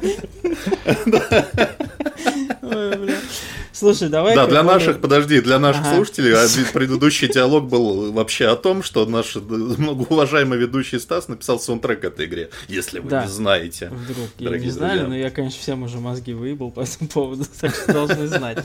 Ой, бля. Слушай, давай... Да, для наших слушателей предыдущий диалог был вообще о том, что наш многоуважаемый ведущий Стас написал саундтрек этой игре, если вы не знаете. Вдруг, я не знали, но я, конечно, всем уже мозги выебал по этому поводу, так что должны знать.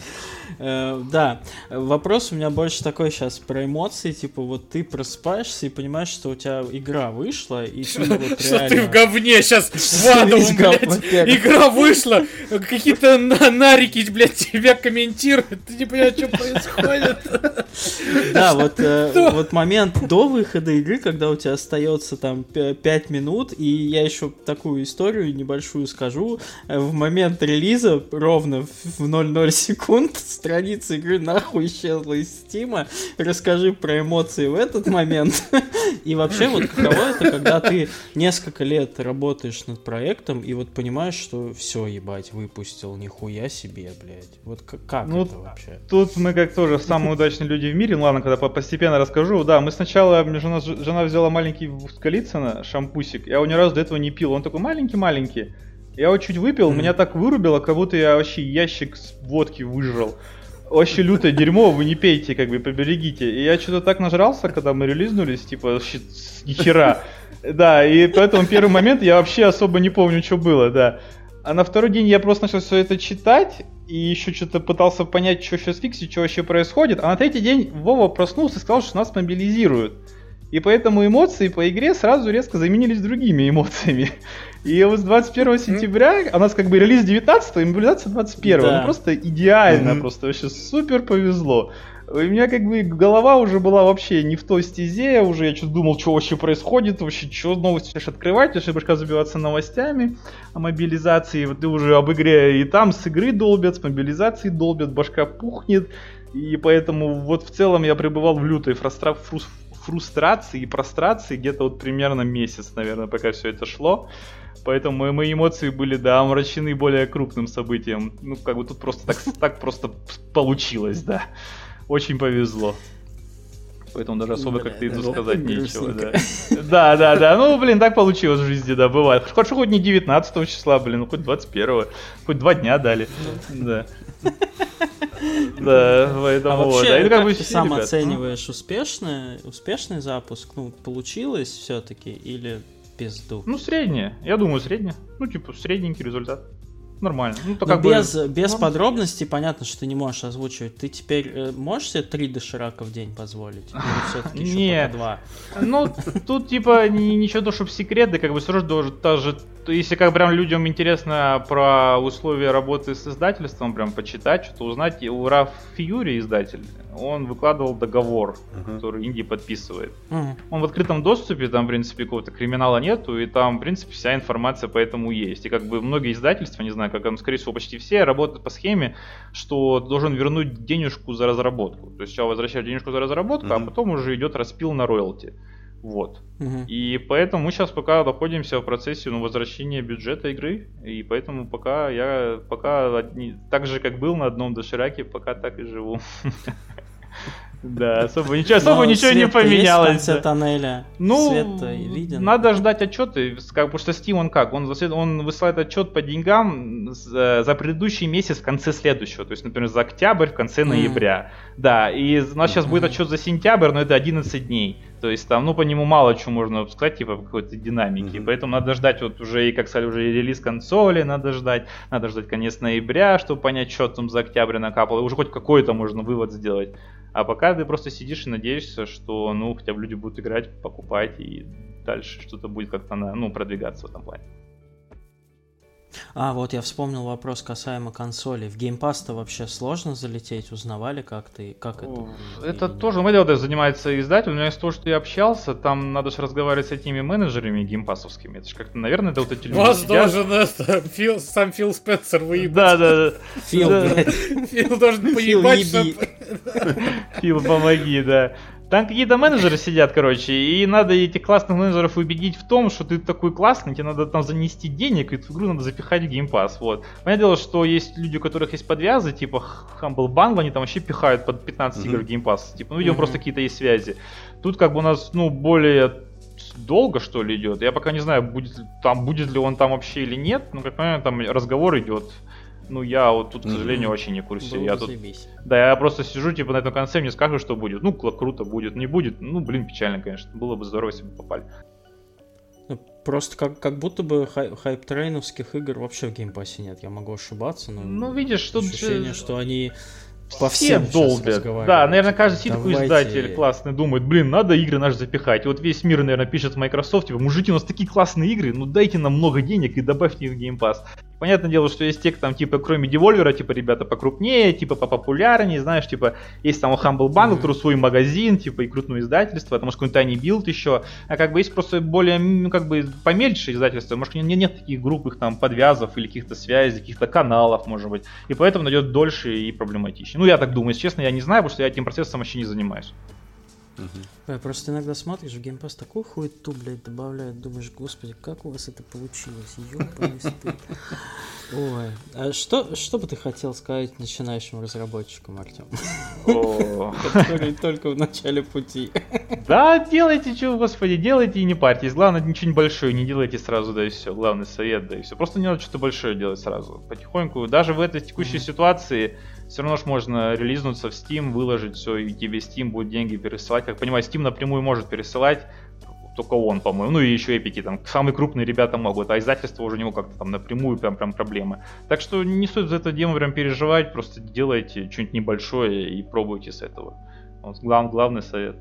Да, вопрос у меня больше такой сейчас про эмоции, типа вот ты просыпаешься и понимаешь, что у тебя игра вышла, и ты вот реально... Что ты в говне сейчас в адовом, блядь, игра вышла, какие-то нарики, блядь, тебя комментируют, ты не понимаешь, что происходит. Да, вот момент до выхода игры, когда у тебя остается там 5 минут, и я еще такую историю небольшую скажу, в момент релиза ровно в 00 секунд страница игры нахуй исчезла из Стима. Расскажи про эмоции в этот момент. И вообще вот каково это, когда ты несколько лет работаешь над проектом и вот понимаешь, что все, ебать, выпустил, нихуя себе, блядь. Вот как ну, это вообще? Тут мы как тоже самые удачные люди в мире. Ну ладно, когда постепенно расскажу. Да, мы сначала, жена взяла маленький Голицына, шампусик. Я его ни разу до этого не пил. Он такой маленький-маленький. Я его чуть выпил, меня так вырубило, как будто я вообще ящик с водки выжрал. Вообще лютое дерьмо, вы не пейте, как бы, поберегите. И я что-то так нажрался, когда мы релизнулись, типа, ни хера. Да, и поэтому первый момент я вообще особо не помню, что было, да. А на второй день я просто начал все это читать, и еще что-то пытался понять, что сейчас фиксить, что вообще происходит. А на третий день Вова проснулся и сказал, что нас мобилизируют. И поэтому эмоции по игре сразу резко заменились другими эмоциями. И вот с 21 сентября, у нас как бы релиз 19-го, и мобилизация 21-го. Да. Ну просто идеально, просто вообще супер повезло. У меня как бы голова уже была вообще не в той стезе, уже я что-то думал, что вообще происходит, вообще что новости будешь открывать, вообще башка забиваться новостями о мобилизации, вот ты уже об игре и там с игры долбят, с мобилизации долбят, башка пухнет, и поэтому вот в целом я пребывал в лютой фрустрации и прострации где-то вот примерно месяц, наверное, пока все это шло. Поэтому мои эмоции были, да, омрачены более крупным событием. Ну, как бы тут просто так просто получилось, да. Очень повезло. Поэтому даже особо как-то иду сказать нечего, да. Да. Ну, блин, так получилось в жизни, да, бывает. Хорошо, хоть не 19 числа, блин, ну хоть 21-го. Хоть 2 дня дали. Да. Да, поэтому а вообще, вот. как ты сам оцениваешь успешный запуск? Ну, получилось все-таки или пизду? Ну, среднее. Я думаю, среднее. Ну, типа, средненький результат. Нормально. Ну, то как без бы... подробностей, понятно, что ты не можешь озвучивать. Ты теперь можешь себе 3 доширака в день позволить? Или все-таки еще пока 2? Ну, тут типа ничего, то, чтобы секреты, как бы все равно даже, если как прям людям интересно про условия работы с издательством, прям почитать, что-то узнать, у Раф Фьюри, издатель, он выкладывал договор, который Инди подписывает. Он в открытом доступе, там, в принципе, какого-то криминала нету, и там, в принципе, вся информация по этому есть. И как бы многие издательства, не знаю, как там, скорее всего, почти все работают по схеме, что должен вернуть денежку за разработку. То есть сначала возвращаешь денежку за разработку, а потом уже идет распил на роялти. Вот. И поэтому мы сейчас пока находимся в процессе возвращения бюджета игры, и поэтому пока так же, как был на одном дошираке, пока так и живу. Да, особо ничего не поменялось. В конце тоннеля. Свет-то виден. Надо ждать отчеты, потому что Steam он высылает отчет по деньгам за предыдущий месяц в конце следующего, то есть, например, за октябрь в конце ноября. Да, и у нас сейчас будет отчет за сентябрь, но это 11 дней. То есть там, по нему мало чего можно сказать, типа, какой-то динамики. Поэтому надо ждать вот уже, и как сказали, уже релиз консоли надо ждать конец ноября, чтобы понять, что там за октябрь накапало, и уже хоть какой-то можно вывод сделать. А пока ты просто сидишь и надеешься, что, хотя бы люди будут играть, покупать, и дальше что-то будет как-то, продвигаться в этом плане. Вот я вспомнил вопрос касаемо консолей. В Game Pass-то вообще сложно залететь? Узнавали как-то? Как это? Это тоже мое дело, занимается издатель. У меня из того, что я общался, там надо же разговаривать с этими менеджерами геймпасовскими. Это же как-то, наверное, да, вот эти люди Вас сидят. должен сам Фил Спенсер выебать. Да. Фил, блядь. Фил должен поебать, еби. Фил, помоги, да. Там какие-то менеджеры сидят, короче, и надо этих классных менеджеров убедить в том, что ты такой классный, тебе надо там занести денег, и эту игру надо запихать в Game Pass, вот. Понятное дело, что есть люди, у которых есть подвязы, типа Humble Bundle, они там вообще пихают под 15 игр в Game Pass, типа, ну, видимо, просто какие-то есть связи. Тут как бы у нас, более долго, что ли, идет. Я пока не знаю, будет ли он там вообще или нет, но, как понимаю, там разговор идет. Я вот тут, к сожалению, вообще не в курсе. Я просто сижу, типа, на этом конце, мне скажут, что будет. Круто будет, не будет. Печально, конечно. Было бы здорово, если бы попали. Просто как будто бы хайп-трейновских игр вообще в геймпассе нет. Я могу ошибаться, но... видишь, тут ощущение, что они... По все всем долбят. Да, наверное, каждый сидит такой издатель классный, думает, надо игры наши запихать. И вот весь мир, наверное, пишет в Microsoft, типа, мужики, у нас такие классные игры, дайте нам много денег и добавьте их в Game Pass. Понятное дело, что есть те, там, типа, кроме Devolver, типа, ребята покрупнее, типа, попопулярнее, знаешь, типа, есть там Humble Bundle, который свой магазин, типа, и крупное издательство, там, может, какой-нибудь Tiny Build еще, а как бы есть просто более, помельче издательства, может, нет таких группных, там, подвязов или каких-то связей, каких-то каналов, может быть, и поэтому идет дольше и проблематичнее. Я так думаю, если честно, я не знаю, потому что я этим процессом вообще не занимаюсь. Просто иногда смотришь в Game Pass, такую хуету, блядь, добавляют, думаешь, господи, как у вас это получилось, ёбаный стыд. Ой, а что бы ты хотел сказать начинающим разработчикам, Артём? Которые только в начале пути. Да, делайте, что, господи, делайте и не парьтесь. Главное, ничего небольшое не делайте сразу, да и все. Главный совет, да и все. Просто не надо что-то большое делать сразу. Потихоньку, даже в этой текущей ситуации, все равно ж можно релизнуться в Steam, выложить все, и тебе Steam будет деньги пересылать. Как понимаю, Steam напрямую может пересылать, только он, по-моему. И еще эпики, там, самые крупные ребята могут, а издательство уже не могут как-то там напрямую, прям проблемы. Так что не стоит за это дело прям переживать, просто делайте что-нибудь небольшое и пробуйте с этого. Вот, главный совет.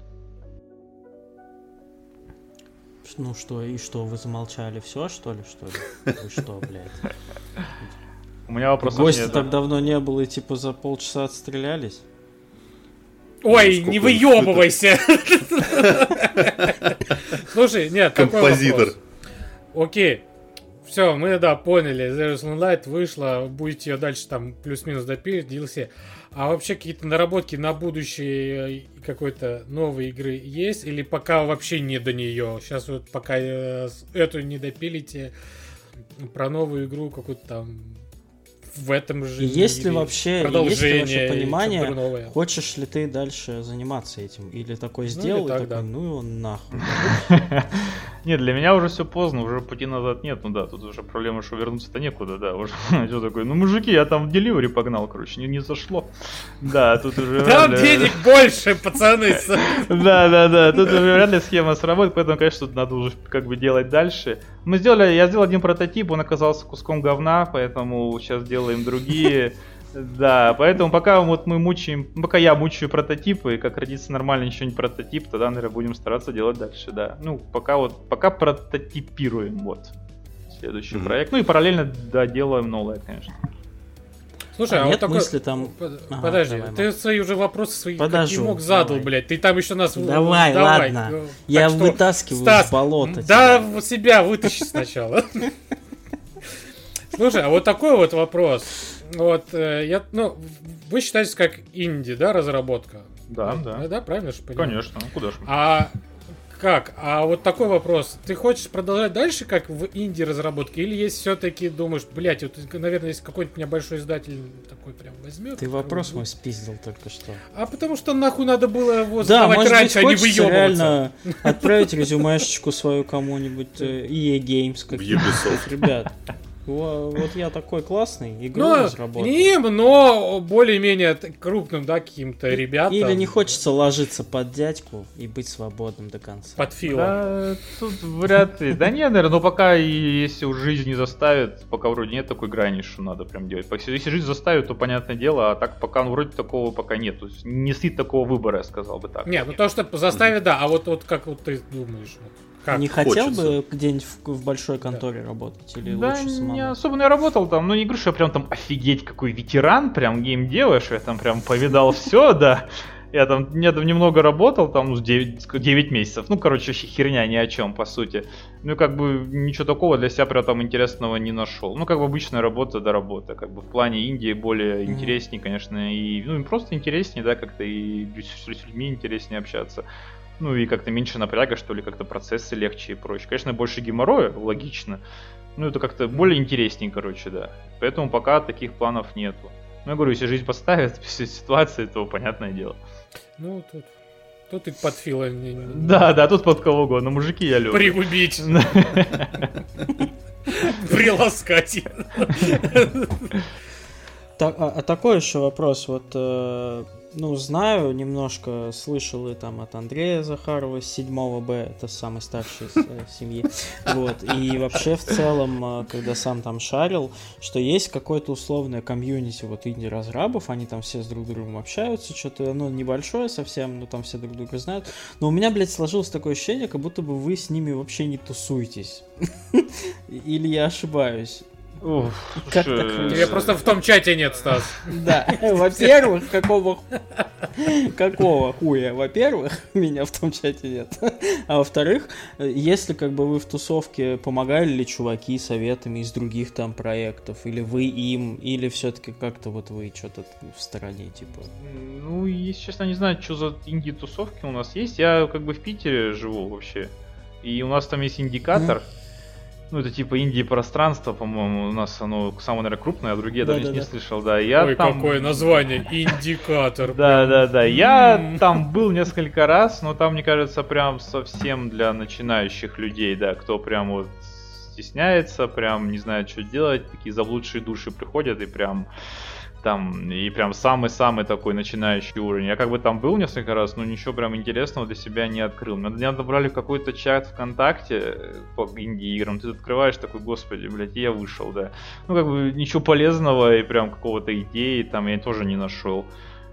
Что, вы замолчали все, что ли? Вы что, блядь? У меня вопросов Гостя нет. так давно не было, и типа за полчаса отстрелялись? Ой, не выебывайся! Слушай, нет, композитор. Окей. Все, мы, поняли. There is Moonlight вышла, будете ее дальше там плюс-минус допилить, DLC. А вообще какие-то наработки на будущее какой-то новой игры есть? Или пока вообще не до нее? Сейчас вот пока эту не допилите, про новую игру какую-то там в этом же есть ли вообще понимание, новое. Хочешь ли ты дальше заниматься этим? Или такой сделал, и такой, его нахуй. Нет, для меня уже все поздно, уже пути назад нет, тут уже проблема, что вернуться-то некуда, уже все такое, мужики, я там в Delivery погнал, короче, не зашло. Да, тут уже... Там денег больше, пацаны! Да, тут уже вряд ли схема сработает, поэтому, конечно, тут надо уже как бы делать дальше. Я сделал один прототип, он оказался куском говна, поэтому сейчас делаем другие. Да, поэтому пока я мучаю прототипы, как родится нормальный еще не прототип, тогда, наверное, будем стараться делать дальше, да. Пока прототипируем, следующий проект. И параллельно, делаем новое, конечно. Слушай, а нет вот мысли такой... там... Подожди, ты свои уже вопросы как не мог задал, давай. Блядь. Ты там еще нас... Давай. Ладно. Я вытаскиваю Стас, из болота. Да, себя вытащи сначала. Слушай, а вот такой вот вопрос. Вы считаете как инди, разработка? Да. Да, правильно же понимаю? Конечно, куда же. Как? А вот такой вопрос. Ты хочешь продолжать дальше, как в инди-разработке? Или есть все-таки, думаешь, блядь, наверное, если какой-нибудь меня большой издатель такой прям возьмет... Ты вопрос мой спиздил только что. А потому что нахуй надо было его задавать раньше, а не выебываться. Реально отправить резюмешечку свою кому-нибудь EA Games. В Ubisoft. Ребят, вот я такой классный, игру разработал. Но более-менее крупным, каким-то ребятам. Или не хочется ложиться под дядьку и быть свободным до конца. Под Фила. Да, тут вряд ли. Да нет, наверное, но пока, если уж жизнь не заставит, пока вроде нет такой грани, что надо прям делать. Если жизнь заставит, то понятное дело, а так пока, вроде такого пока нет. То есть не стоит такого выбора, я сказал бы так. Нет, то, что заставит, да. А вот как вот ты думаешь, Не хотел Хочется. бы где-нибудь в большой конторе работать? Или Да, лучше самому? не особо я работал там, ну не говорю, что я прям там офигеть какой ветеран, прям гейм-делаешь, я там прям повидал все, да. Я там немного работал, там, 9 месяцев. Ну, короче, херня ни о чем, по сути. Ну, как бы, ничего такого для себя прям там интересного не нашел. Ну, как бы, обычная работа до работы. Как бы, в плане Индии более интереснее, конечно, и, ну, и просто интереснее, да, как-то и с людьми интереснее общаться. Ну, и как-то меньше напряга, что ли, как-то процессы легче и проще. Конечно, больше геморроя, логично. Ну, это как-то более интереснее, короче, да. Поэтому пока таких планов нету. Ну, я говорю, если жизнь поставит все ситуации, то понятное дело. Ну, тут и под Фила Да, тут под кого угодно. Мужики я люблю. пригубить. Приласкать. А такой еще вопрос. Вот, ну, знаю немножко, слышал и там от Андрея Захарова с 7 Б, это самый старший из семьи. Вот. И вообще в целом, когда сам там шарил, что есть какое-то условное комьюнити вот инди-разрабов, они там все с друг другом общаются, что-то, ну, небольшое совсем, но там все друг друга знают. Но у меня, блядь, сложилось такое ощущение, как будто бы вы с ними вообще не тусуетесь. Или я ошибаюсь? Как так? Тебя просто в том чате нет, Стас. Да, во-первых, какого хуя? Во-первых, меня в том чате нет. А во-вторых, если как бы вы в тусовке, помогали ли чуваки советами из других там проектов, или вы им, или все-таки как-то вот вы что-то в стороне, типа? Ну, если честно, не знаю, что за инди-тусовки у нас есть. Я как бы в Питере живу вообще. И у нас там есть индикатор. Ну, это типа инди-пространство, по-моему, у нас оно самое, наверное, крупное, а другие я даже не слышал, да. Ой, там... какое название, индикатор. Да. Я там был несколько раз, но там, мне кажется, прям совсем для начинающих людей, да, кто прям вот стесняется, прям не знает, что делать, такие заблудшие души приходят и прям... Там, и прям самый-самый такой начинающий уровень. Я как бы там был несколько раз, но ничего прям интересного для себя не открыл. Меня добрали в какой-то чат ВКонтакте по инди-играм. Ты открываешь такой, господи, блядь, я вышел, да. Ну, как бы ничего полезного и прям какого-то идеи там я тоже не нашел.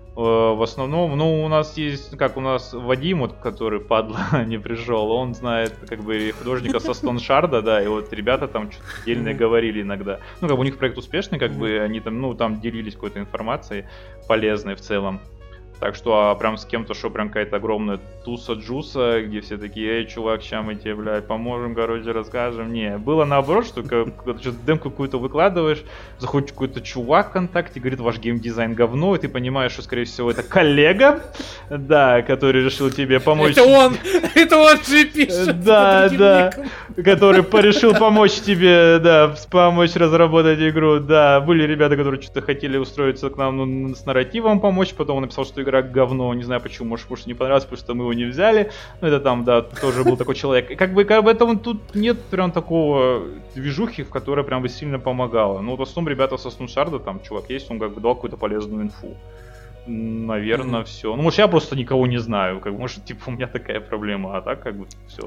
В основном, ну, у нас есть, как у нас Вадим, вот, который, падла, не пришел, он знает, как бы, художника со Стоншарда, да, и вот ребята там что-то отдельное говорили иногда. Ну, как бы у них проект успешный, как бы, они там, ну, там делились какой-то информацией полезной в целом. Так что, прям с кем-то, что прям какая-то огромная туса-джуса, где все такие, эй, чувак, ща мы тебе, блядь, поможем, короче, расскажем. Не, было наоборот, что когда ты демку какую-то выкладываешь, заходит какой-то чувак ВКонтакте, говорит, ваш геймдизайн говно, и ты понимаешь, что, скорее всего, это коллега, да, который решил тебе помочь. Это он же пишет. Да, который решил помочь тебе, да, помочь разработать игру, да. Были ребята, которые что-то хотели устроиться к нам с нарративом помочь, потом он написал, что игра говно, не знаю почему, может, не понравилось, потому что мы его не взяли. Ну, это там, да, тоже был такой человек. И как бы этому тут нет прям такого движухи, в которой прям бы сильно помогала. Ну, вот в основном ребята со Снушарда, там, чувак есть, он как бы дал какую-то полезную инфу. Наверное, все. Ну, может, я просто никого не знаю, как бы, может, типа, у меня такая проблема, а так, как бы, все.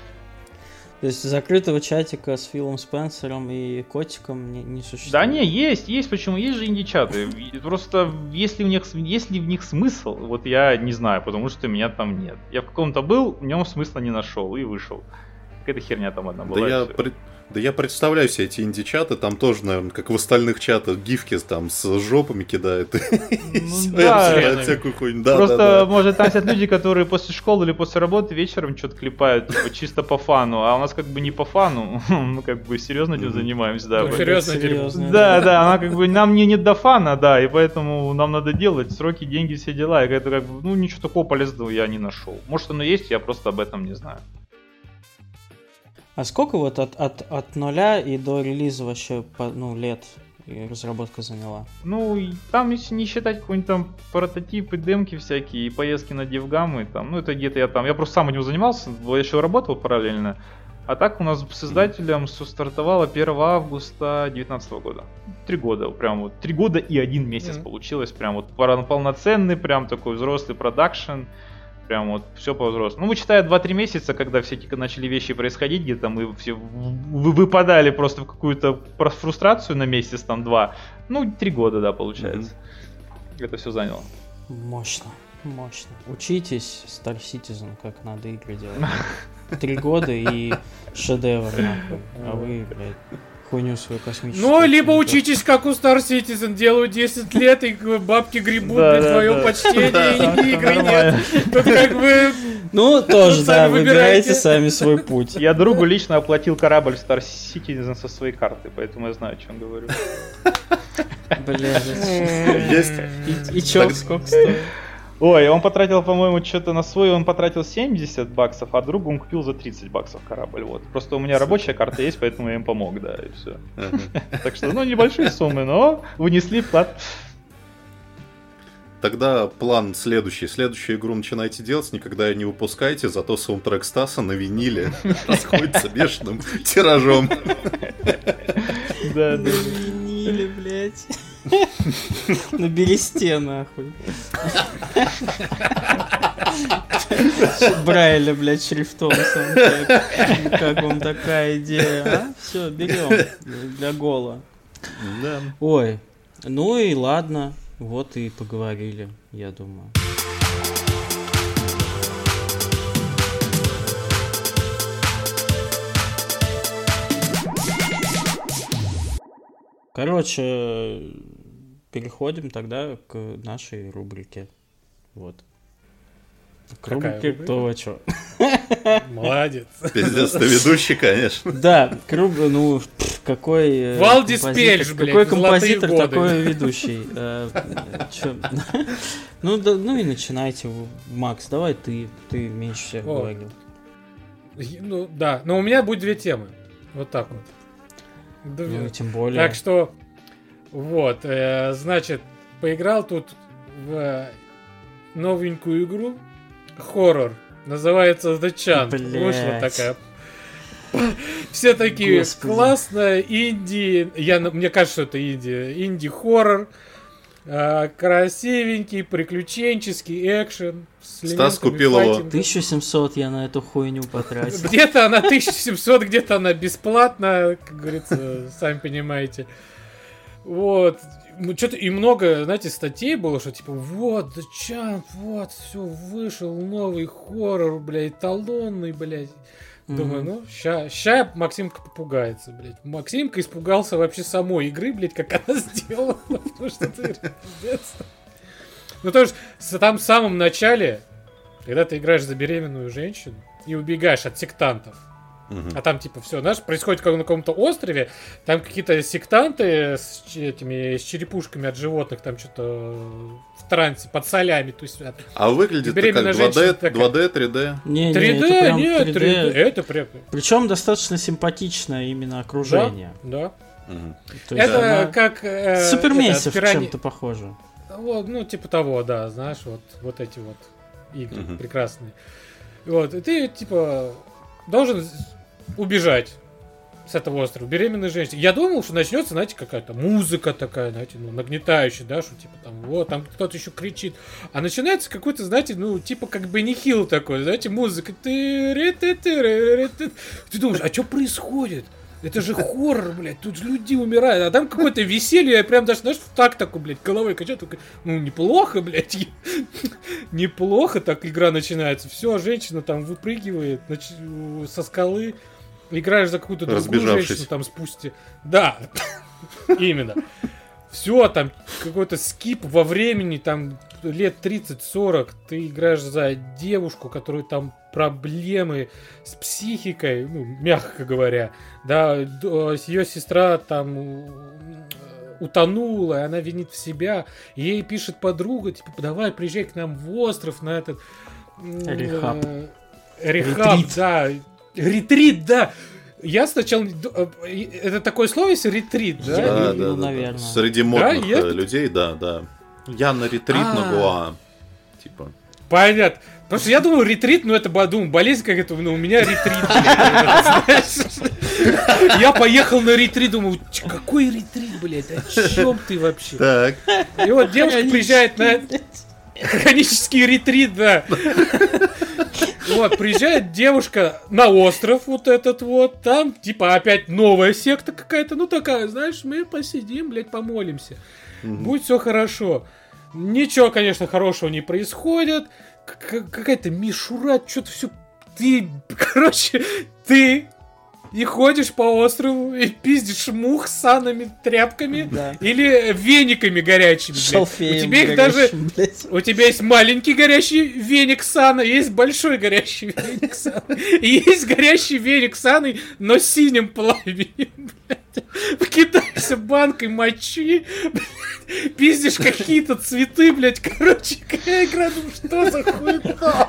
То есть закрытого чатика с Филом Спенсером и Котиком не существует? Да не, есть, почему? Есть же инди-чаты. Просто если в них смысл, вот я не знаю, потому что меня там нет. Я в каком-то был, в нем смысла не нашел и вышел. Какая-то херня там одна была. Да я представляю себе эти инди-чаты, там тоже, наверное, как в остальных чатах, гифки там с жопами кидают. Просто, может, там сидят люди, которые после школы или после работы вечером что-то клепают, чисто по фану, а у нас как бы не по фану, мы как бы серьезно этим занимаемся, да. Серьезно. Да, она как бы, нам не до фана, да, и поэтому нам надо делать, сроки, деньги, все дела, и это как бы, ну, ничего такого полезного я не нашел. Может, оно есть, я просто об этом не знаю. А сколько вот от нуля и до релиза вообще, ну, лет разработка заняла? Ну, там, если не считать какой-нибудь там прототипы, демки всякие, и поездки на девгамы, там, ну, это где-то я просто сам этим занимался, я еще работал параллельно. А так у нас с издателем все стартовало 1 августа 2019 года. 3 года, прям вот, 3 года и 1 месяц получилось, прям вот полноценный, прям такой взрослый продакшн. Прям вот все по-взрослому. Ну, вычитая 2-3 месяца, когда все эти начали вещи происходить, где-то мы все выпадали просто в какую-то фрустрацию на месяц, там 2. Ну, 3 года, да, получается. Это все заняло. Мощно. Мощно. Учитесь, Star Citizen, как надо игры делать. 3 года и шедевр, нахуй. А вы, блядь, хуйню свою космическую. Ну, либо учитесь, как у Star Citizen, делают 10 лет, и бабки гребут, Да, блядь, да, твое да. почтение, и игры нет. Тут как бы... Ну, тоже, Сами да, выбирайте. выбирайте сами свой путь. Я другу лично оплатил корабль Star Citizen со своей карты, поэтому я знаю, о чем говорю. Бля, Есть. и чё, Так- сколько стоит? Ой, он потратил, по-моему, что-то на свой, он потратил $70, а другу он купил за $30 корабль, вот. Просто у меня рабочая карта есть, поэтому я им помог, да, и все. Ага. Так что, ну, небольшие суммы, но внесли вклад. Тогда план следующий. Следующую игру начинайте делать, никогда ее не выпускайте, зато саундтрек Стаса на виниле расходится бешеным тиражом. Да, да. Винили, блядь. На бересте, нахуй. Брайля, блядь, шрифтом саундтрек. Как вам такая идея, а? Все, берем для гола. Да. Ой, ну и ладно. Вот и поговорили, я думаю. Короче, переходим тогда к нашей рубрике. Вот. К Какая рубрике рубрика? «Кто во чё». Молодец. Пиздец, ты ведущий, конечно. Да, ну, какой... Валдис композитор- Пельш, блядь, какой «Золотые композитор, годы». такой ведущий. Чё? Ну, ну и начинайте. Макс, давай ты меньше всех О. говорил. Ну, да, но у меня будет 2 темы. Вот так вот. Ну, и тем более. Так что, вот, значит, поиграл тут в новенькую игру, хоррор, называется The Chant. Блядь. Вышла такая. Все такие, Господи. классно, инди, мне кажется, что это инди-хоррор, красивенький, приключенческий экшен. с Стас элементами купил его. файтинга. 1700 я на эту хуйню потратил. Где-то она 1700, где-то она бесплатна, как говорится, сами понимаете. Вот. Что-то и много, знаете, статей было, что типа, вот, The Chant, вот, все, вышел новый хоррор, блядь, эталонный, блядь. Думаю, ну, ща Максимка попугается, блядь. Максимка испугался вообще самой игры, блядь, как она сделала, потому что ты пиздец. Ну, то есть, там в самом начале, когда ты играешь за беременную женщину и убегаешь от сектантов, а там, типа, все, знаешь, происходит как на каком-то острове, там какие-то сектанты с черепушками от животных, там что-то в трансе, под солями, то есть... А выглядит это как Беременная женщина 2D, такая. 2D, 3D? Не, 3D? это прям Нет, 3D. 3D. Это прям... Причем достаточно симпатичное именно окружение. Да. Мгм. То есть Это она- как... Супермейсов это, чем-то похоже. Вот, ну, типа того, да, знаешь, вот эти вот игры Мгм. прекрасные. Вот, и ты, типа, должен убежать с этого острова, беременной женщины. Я думал, что начнется, знаете, какая-то музыка такая, знаете, ну, нагнетающая, да, что типа там, вот, там кто-то еще кричит. А начинается какой-то, знаете, ну, типа как бы нихил такой, знаете, музыка. Ты думаешь, а что происходит? Это же хоррор, блядь, тут же люди умирают, а там какое-то веселье, я прям даже, знаешь, так такой, блядь, головой качаю, такой, ну, неплохо, блядь, неплохо так игра начинается. Все, женщина там выпрыгивает со скалы, играешь за какую-то другую Разбежавшись. женщину, там спусти. Да, именно. Все, там какой-то скип во времени, там лет 30-40, ты играешь за девушку, которую там проблемы с психикой, ну, мягко говоря, да, ее сестра там утонула, и она винит в себя, и ей пишет подруга, типа, давай, приезжай к нам в остров на этот... Рехаб. Рехаб, Ретрит. да. Ретрит, да. Я сначала... Это такое слово, если ретрит, да? Да, ну, да, да, наверное. да. Среди модных есть? людей, да. Я на ретрит на Гоа. Типа. Понятно. Потому что я думал, ретрит, ну это, думаю, болезнь какая-то, ну у меня ретрит, блядь, знаешь. Я поехал на ретрит, думаю, какой ретрит, блядь, о чем ты вообще? Так. И вот девушка приезжает на... Хронический ретрит, да. Вот, приезжает девушка на остров вот этот вот, там, типа, опять новая секта какая-то, ну такая, знаешь, мы посидим, блядь, помолимся. Будет все хорошо. Ничего, конечно, хорошего не происходит. Какая-то мишура, что-то все... Ты и ходишь по острову и пиздишь мух с санными тряпками или вениками горячими, блядь. У тебя их даже... У тебя есть маленький горящий веник сана, есть большой горящий веник сана. И есть горящий веник саны, но синим пламенем, блядь. Кидаешься банкой мочи, блядь, пиздишь какие-то цветы, блядь. Короче, какая игра, ну что за хуйня?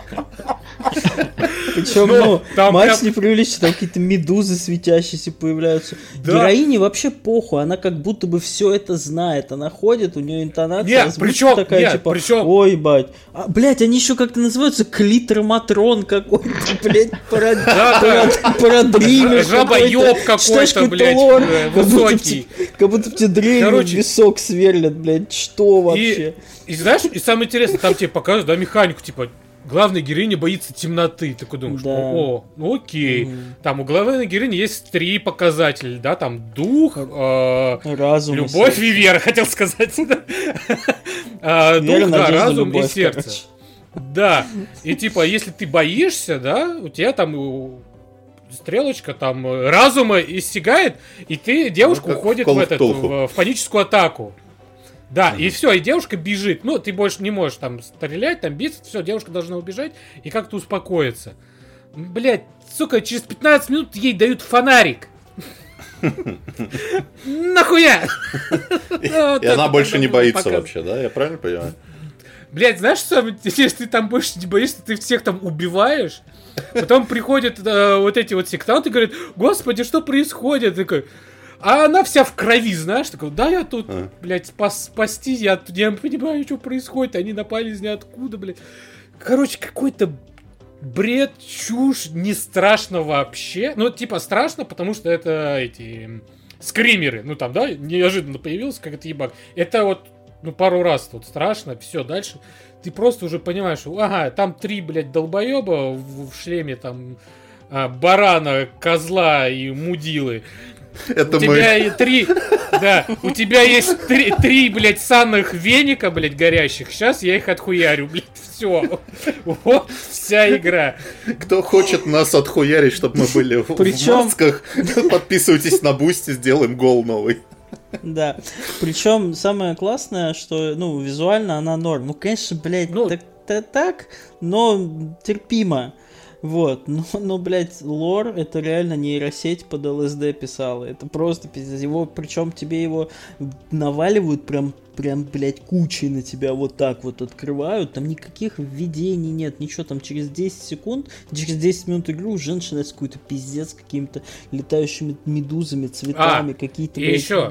Причем, Макс не преувеличивает, там какие-то медузы светящиеся появляются. Героине вообще похуй, она как будто бы все это знает. Она ходит, у нее интонация причем такая, типа, ой, бать. Блять, они еще как-то называются клитроматрон какой-то, блять, парадример. Жабоёб какой-то, блять, высокий. Как будто тебе дрелью в висок сверлят, блять, что вообще? И знаешь, и самое интересное, там тебе показывают, да, механику, типа, главная героиня боится темноты. Ты такой думаешь, ну окей. Там у главной героини есть 3 показателя, да, там дух, разум, любовь и вера, хотел сказать. Дух, да, разум и сердце. Да, и типа, если ты боишься, да, у тебя там стрелочка там разума иссякает, и девушка уходит в паническую атаку. Да, и все, и девушка бежит. Ну, ты больше не можешь там стрелять, там биться, все, девушка должна убежать и как-то успокоиться. Блять, сука, через 15 минут ей дают фонарик. Нахуя? И она больше не боится вообще, да? Я правильно понимаю? Блять, знаешь, что самое интересное? Если ты там больше не боишься, ты всех там убиваешь. Потом приходят вот эти вот сектанты и говорят, господи, что происходит? Такой... А она вся в крови, знаешь, такой, да, я тут, блядь, спасти, я не понимаю, что происходит, они напали из ниоткуда, блядь. Короче, какой-то бред, чушь, не страшно вообще. Ну, типа, страшно, потому что это эти скримеры, ну, там, да, неожиданно появился, как это ебак. Это вот, ну, пару раз тут страшно, все, дальше ты просто уже понимаешь, ага, там 3, блядь, долбоеба в шлеме, там, барана, козла и мудилы. Это у тебя 3, да, у тебя есть 3, блядь, санных веника, блядь, горящих. Сейчас я их отхуярю, блядь, все. Вот вся игра. Кто хочет нас отхуярить, чтобы мы были в масках, подписывайтесь на Бусти, сделаем гол новый. Да, причем самое классное, что, ну, визуально она норм. Ну, конечно, блядь, так, но терпимо. Вот, но, блядь, лор, это реально нейросеть под ЛСД писала. Это просто пиздец. Его, причем тебе его наваливают прям, блядь, кучей на тебя вот так вот открывают. Там никаких введений нет, ничего. Там через 10 секунд, через 10 минут игры уже начинается какой-то пиздец с какими-то летающими медузами, цветами, какие-то, блядь... И еще...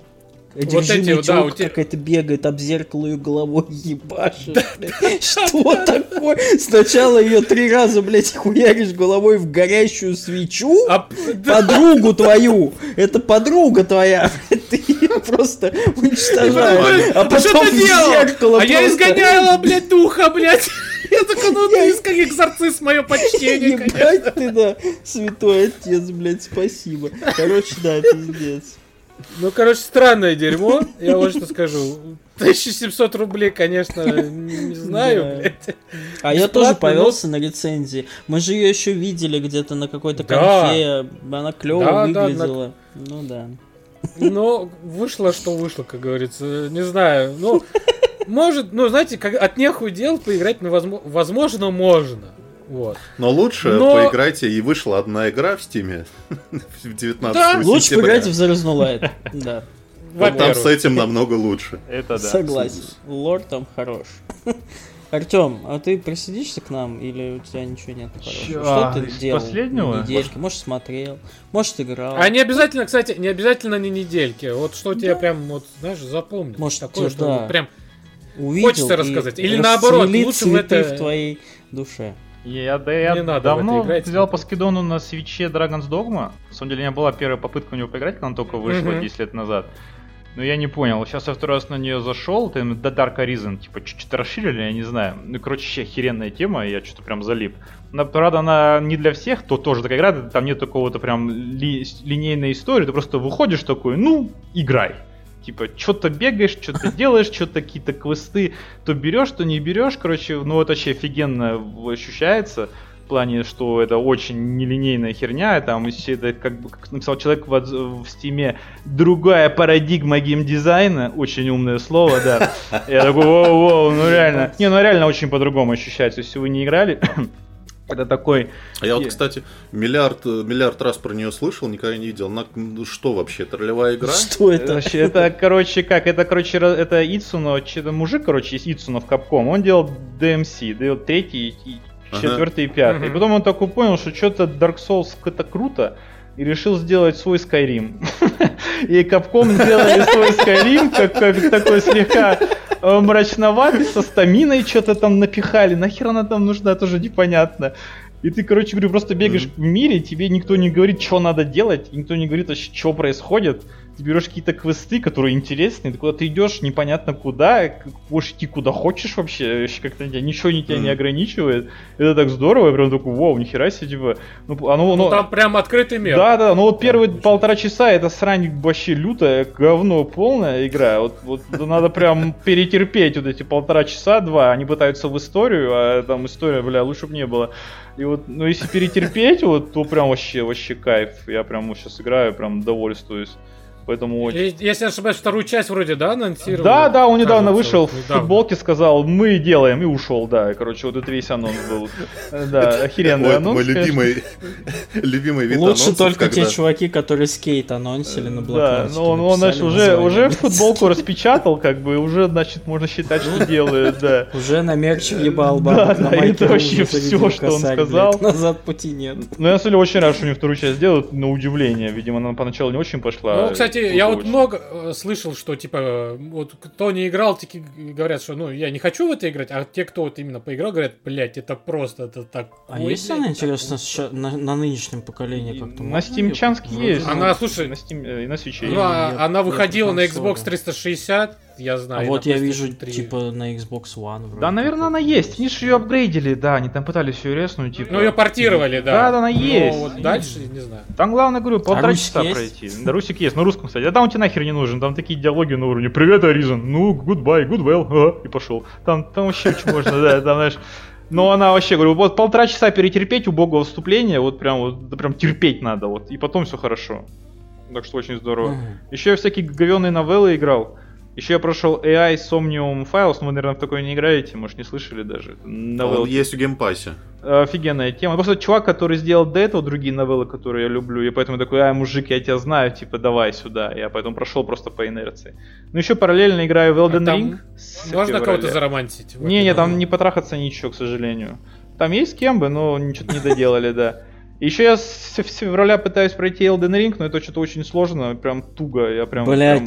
Вот эти вот, да, какая-то бегает, об зеркало ее головой ебашит. Что такое? Сначала ее 3 раза, блядь, хуяришь головой в горящую свечу. Подругу твою. Это подруга твоя. Ты ее просто уничтожаешь. А потом в зеркало. А я изгоняла, блядь, духа, блядь. Я такой, ну ты как экзорцист, мое почтение, конечно. Ебать ты, да, святой отец, блядь, спасибо. Короче, да, пиздец. Ну, короче, странное дерьмо, я вот что скажу. 1700 рублей, конечно, не знаю, блядь. А я тоже повелся на рецензии. Мы же ее еще видели где-то на какой-то конфе. Она клево выглядела. Ну да. Ну, вышло, что вышло, как говорится. Не знаю. Ну, может, ну, знаете, как от нехуй дел поиграть, возможно, можно. Вот. Но лучше поиграйте, и вышла одна игра в Стиме в 19 сентября. Лучше поиграйте в There is no Light. Да. Вот там с этим намного лучше. Это да. Согласен. Лор там хорош. Артем, а ты присоединишься к нам или у тебя ничего нет хорошего? Что ты делал? Последнего? Недельки? Может, смотрел, может, играл. А не обязательно, кстати, не обязательно на недельке. Вот что тебе прям, вот, знаешь, запомнил. Может, такое, что прям увидел хочется рассказать. Или наоборот, лучше в это... в твоей душе. Я давно взял по скидону на свитче Dragon's Dogma. На самом деле, у меня была первая попытка в него поиграть, когда она только вышла 10 лет назад. Но я не понял. Сейчас я второй раз на нее зашел, там The Dark Arisen, типа, чуть-чуть расширили, я не знаю. Ну, короче, вообще охеренная тема, я что-то прям залип. Но, правда, она не для всех, то тоже такая игра, там нет такого-то прям линейной истории, ты просто выходишь такой, ну, играй. типа, что-то бегаешь, что-то делаешь, что-то какие-то квесты, то берешь, то не берешь, короче, ну это вообще офигенно ощущается. В плане, что это очень нелинейная херня, там это как бы, как написал человек в Стиме, другая парадигма геймдизайна, очень умное слово, да. Я такой, воу, ну реально, ну реально очень по-другому ощущается, если вы не играли. Это такой... А я вот, кстати, миллиард раз про нее слышал, никогда не видел. Что вообще, это ролевая игра? Что это? Это, короче, как? Это Ицуно, мужик, короче, из Ицуно в Capcom, он делал DMC, делал 3-й, 4-й и 5-й. И потом он такой понял, что что-то Dark Souls это круто, и решил сделать свой Skyrim. И Capcom сделали свой Skyrim, как такой слегка мрачноватый, со стаминой что-то там напихали. Нахер она там нужна, тоже непонятно. И ты, короче говорю, просто бегаешь в мире, тебе никто не говорит, что надо делать, никто не говорит, что происходит. Ты берешь какие-то квесты, которые интересные, ты куда-то идешь, непонятно куда, можешь идти куда хочешь вообще как-то ничего тебя не ограничивает. Это так здорово, я прям такой, вау, нихера себе, типа. Ну там прям открытый мир. Да, ну вот первые 1,5 часа это срань вообще лютая, говно полная игра. Вот надо прям перетерпеть вот эти 1,5 часа, 2, они пытаются в историю, а там история, бля, лучше бы не было. И вот, ну если перетерпеть, вот, то прям вообще кайф. Я прям вот сейчас играю, прям довольствуюсь. Поэтому очень... Если не ошибаюсь, вторую часть вроде, да, анонсировали? Да, он недавно вышел, в футболке сказал, мы делаем, и ушел, да. Короче, вот это весь анонс был. Да, охеренный анонс. Мой любимый вид анонсов. Лучше только те чуваки, которые скейт анонсили на блокноте. Да, но он, значит, уже футболку распечатал, как бы, уже, значит, можно считать, что делает, да. Уже на мерч въебал, да, это вообще все, что он сказал. Назад пути нет. Ну, я, на самом деле, очень рад, что они вторую часть делают, на удивление. Видимо, она поначалу не очень пошла. Ну, кстати, я вот много слышал, что, типа, вот кто не играл, такие говорят, что, ну, я не хочу в это играть, а те, кто вот именно поиграл, говорят, блядь, это просто, это так... А есть она, интересно, на нынешнем поколении как-то? На стимчанске есть. Она, слушай... На Steam и на Switch. Ну, она выходила на Xbox 360, я знаю. А вот я вижу, типа, на Xbox One. Да, наверное, она есть. Они же ее апгрейдили, да, они там пытались ее резнуть, типа... Ну, ее портировали, да. Да, она есть. Но вот дальше, не знаю. Там, главное, говорю, 1,5 часа пройти. Да, русик есть, на русском, кстати. А там он тебе нахер не нужен, там такие диалоги на уровне «Привет, Аризон», ну, goodbye, goodwill, и пошел. Там вообще очень можно, да, там, знаешь... Но она вообще, говорю, вот 1,5 часа перетерпеть убогого вступления, вот прям терпеть надо, вот, и потом все хорошо. Так что очень здорово. Еще я всякие говёные новеллы играл. Еще я прошел AI Somnium Files, но вы, наверное, в такое не играете, может, не слышали даже. Он есть в геймпассе. Офигенная тема. Просто чувак, который сделал до этого другие новеллы, которые я люблю, и поэтому такой, мужик, я тебя знаю, типа, давай сюда. Я поэтому прошел просто по инерции. Ну, еще параллельно играю в Elden Ring. Можно кого-то заромантить? Не, там не потрахаться ничего, к сожалению. Там есть с кем бы, но ничего не доделали, да. Еще я с февраля пытаюсь пройти Elden Ring, но это что-то очень сложно, прям туго, я прям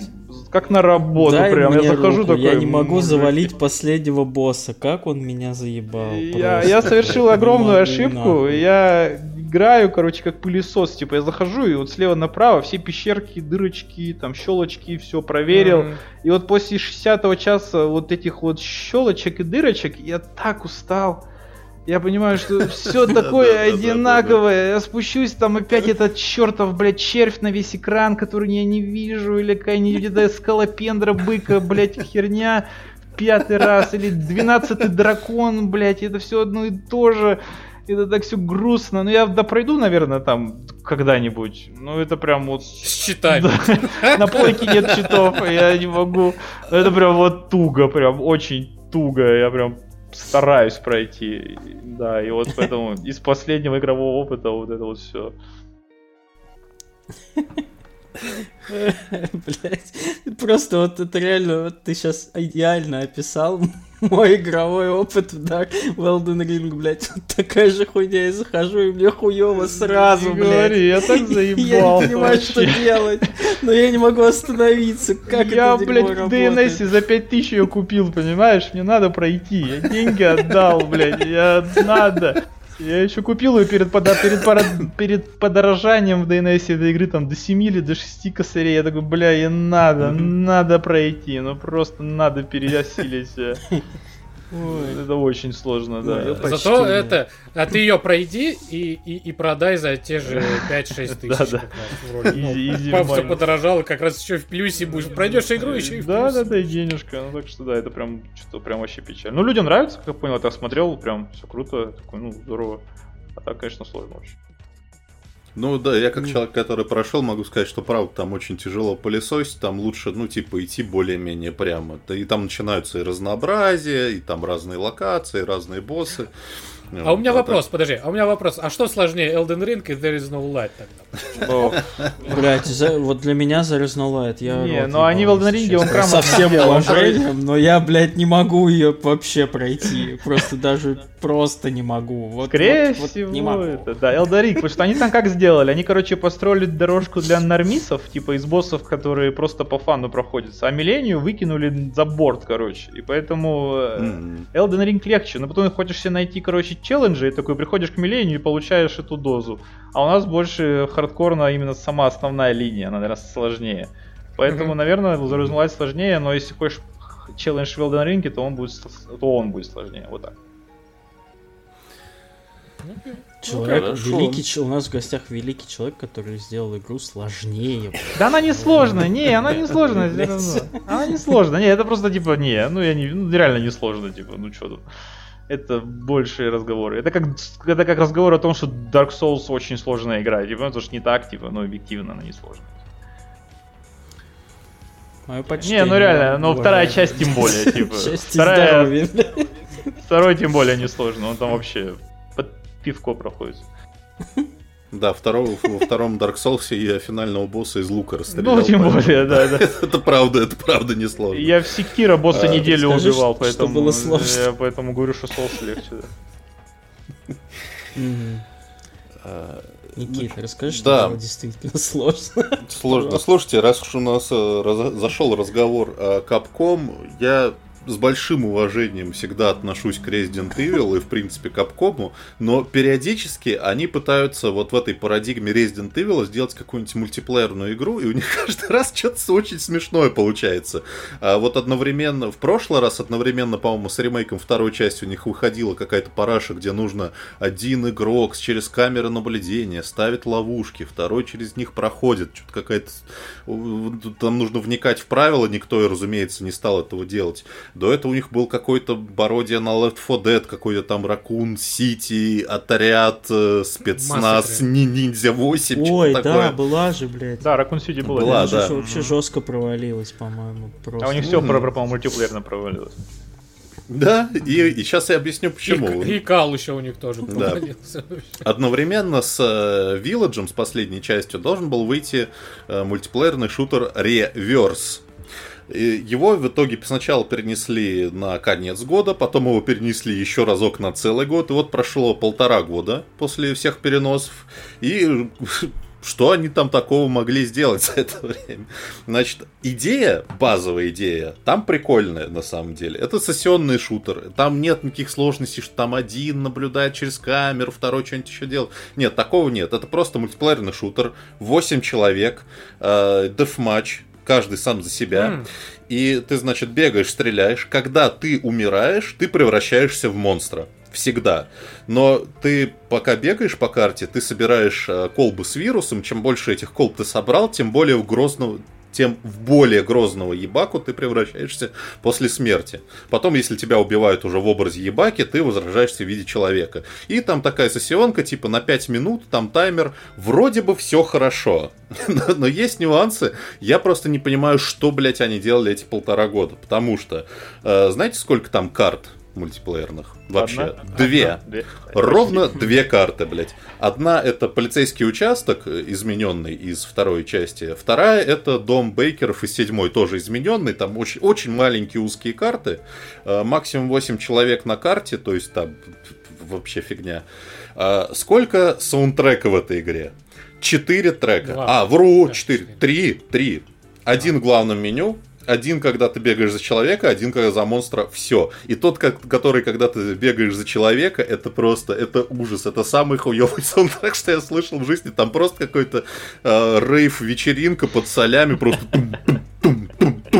как на работу, дай прям, мне я захожу руку. такой... Я не могу завалить последнего босса, как он меня заебал. Я совершил огромную ошибку, я играю, короче, как пылесос, типа я захожу, и вот слева направо все пещерки, дырочки, там щелочки, все проверил, и вот после 60-го часа вот этих вот щелочек и дырочек я так устал. Я понимаю, что все такое одинаковое. Я спущусь, там опять этот чертов, блядь, червь на весь экран, который я не вижу, или какая-нибудь скалопендра, быка, блядь, херня в 5-й раз, или 12-й дракон, блядь, это все одно и то же. Это так все грустно. Ну, я допройду, наверное, там когда-нибудь. Ну, это прям вот... С читами. На плойке нет читов, я не могу. Это прям вот туго, прям очень туго. Я прям стараюсь пройти, да, и вот поэтому из последнего игрового опыта вот это вот все. Блять, просто вот это реально, вот ты сейчас идеально описал мой игровой опыт в Elden Ring, блять, вот такая же хуйня, я захожу, и мне хуёво сразу, блядь. Говори, я так заебал. Я не понимаю, что делать, но я не могу остановиться, как это дерьмо работает. Я, блядь, в DNS за 5000 ее купил, понимаешь, мне надо пройти, я деньги отдал, блядь, надо. Я еще купил ее перед подорожанием в DNS этой игры там до 7 или до 6 косарей. Я такой, бля, надо пройти, ну просто надо переосилить. Это очень сложно, да. Зато это... А ты ее пройди и продай за те же 5-6 тысяч. Да-да. Все подорожало, как раз еще в плюсе будешь. Пройдешь игру, еще и в плюсе. Да, и денежка. Ну так что да, это прям что-то прям вообще печально. Ну, людям нравится, как я понял, я так смотрел, прям все круто, такой, ну, здорово. А так, конечно, сложно вообще. Ну да, я как человек, который прошел, могу сказать, что правда там очень тяжело пылесосить, там лучше, ну, типа, идти более-менее прямо. И там начинаются и разнообразия, и там разные локации, разные боссы. А у меня вопрос, подожди, а что сложнее, Elden Ring и There is no light тогда? Блять, вот для меня There is no light. Не, ну они в Elden Ring, он прям со всем уважением, но я, блядь, не могу ее вообще пройти. Просто не могу. Вот, скорее всего, это, да, Elden Ring, потому что они там как сделали? Они, короче, построили дорожку для нормисов, типа из боссов, которые просто по фану проходятся, а Милению выкинули за борт, короче. И поэтому Elden Ring легче, но потом хочешь себе найти, короче, челленджи, и такой приходишь к Милению и получаешь эту дозу. А у нас больше хардкорно именно сама основная линия, она, наверное, сложнее. Поэтому, наверное, There is no light сложнее, но если хочешь челлендж в Elden Ring, то он будет сложнее, вот так. Человек, великий, у нас в гостях великий человек, который сделал игру сложнее. Да она не сложная, она не сложная все равно. Она не сложная, это просто типа, реально не сложно, типа, ну что тут. Это большие разговоры. Это как разговор о том, что Dark Souls очень сложная игра. Типа, это же не так, типа, но объективно она не сложная. Реально, вторая часть тем более, типа. Второй тем более не сложно. Он там вообще под пивко проходит. Да, во втором Dark Souls я финального босса из лука расстрелял. Ну, тем более, да. Это правда не сложно. Я в Секиро босса неделю убивал, поэтому было сложно. Я поэтому говорю, что Souls легче, да. Никита, расскажи, что было действительно сложно. Сложно. Слушайте, раз уж у нас зашел разговор о Capcom, я с большим уважением всегда отношусь к Resident Evil и, в принципе, к Capcom, но периодически они пытаются вот в этой парадигме Resident Evil сделать какую-нибудь мультиплеерную игру, и у них каждый раз что-то очень смешное получается. А вот в прошлый раз, по-моему, с ремейком второй части у них выходила какая-то параша, где нужно один игрок через камеры наблюдения ставит ловушки, второй через них проходит, что-то какая-то... Там нужно вникать в правила, никто, разумеется, не стал этого делать. До этого у них был какой-то пародия на Left 4 Dead, какой-то там Raccoon City, отряд, спецназ, Ниндзя 8, ой, что-то да, такое. Была же, блядь. Да, Raccoon City была, да. Вообще жестко провалилась, по-моему. Просто. А у них все, по-моему, мультиплеерно провалилось. Да, и сейчас я объясню, почему. И Кал еще у них тоже провалился. Да. Одновременно с Village, с последней частью, должен был выйти мультиплеерный шутер Reverse. Его в итоге сначала перенесли на конец года, потом его перенесли еще разок на целый год, и вот прошло 1,5 года после всех переносов, и что они там такого могли сделать за это время? Значит, базовая идея, там прикольная на самом деле. Это сессионный шутер, там нет никаких сложностей, что там один наблюдает через камеру, второй что-нибудь еще делает. Нет, такого нет, это просто мультиплеерный шутер, 8 человек, дефматч, каждый сам за себя. И ты, значит, бегаешь, стреляешь. Когда ты умираешь, ты превращаешься в монстра. Всегда. Но ты, пока бегаешь по карте, ты собираешь колбы с вирусом. Чем больше этих колб ты собрал, тем в более грозного ебаку ты превращаешься после смерти. Потом, если тебя убивают уже в образе ебаки, ты возрождаешься в виде человека. И там такая сессионка, типа на 5 минут, там таймер. Вроде бы все хорошо. Но есть нюансы. Я просто не понимаю, что, блять, они делали эти 1,5 года. Потому что, знаете, сколько там карт мультиплеерных? Вообще. Две. Ровно 2 карты, блядь. Одна — это полицейский участок, измененный из второй части. Вторая — это дом Бейкеров из 7-й, тоже измененный. Там очень, очень маленькие узкие карты. Максимум 8 человек на карте, то есть там вообще фигня. Сколько саундтрека в этой игре? 4 трека. Вру, 4. 3. Один в главном меню. Один, когда ты бегаешь за человека, один, когда за монстра, все. И тот, который, когда ты бегаешь за человека, это просто, это ужас. Это самый хуёвый саундтрек, что я слышал в жизни. Там просто какой-то рейв-вечеринка под солями, просто тум-тум-тум-тум-тум.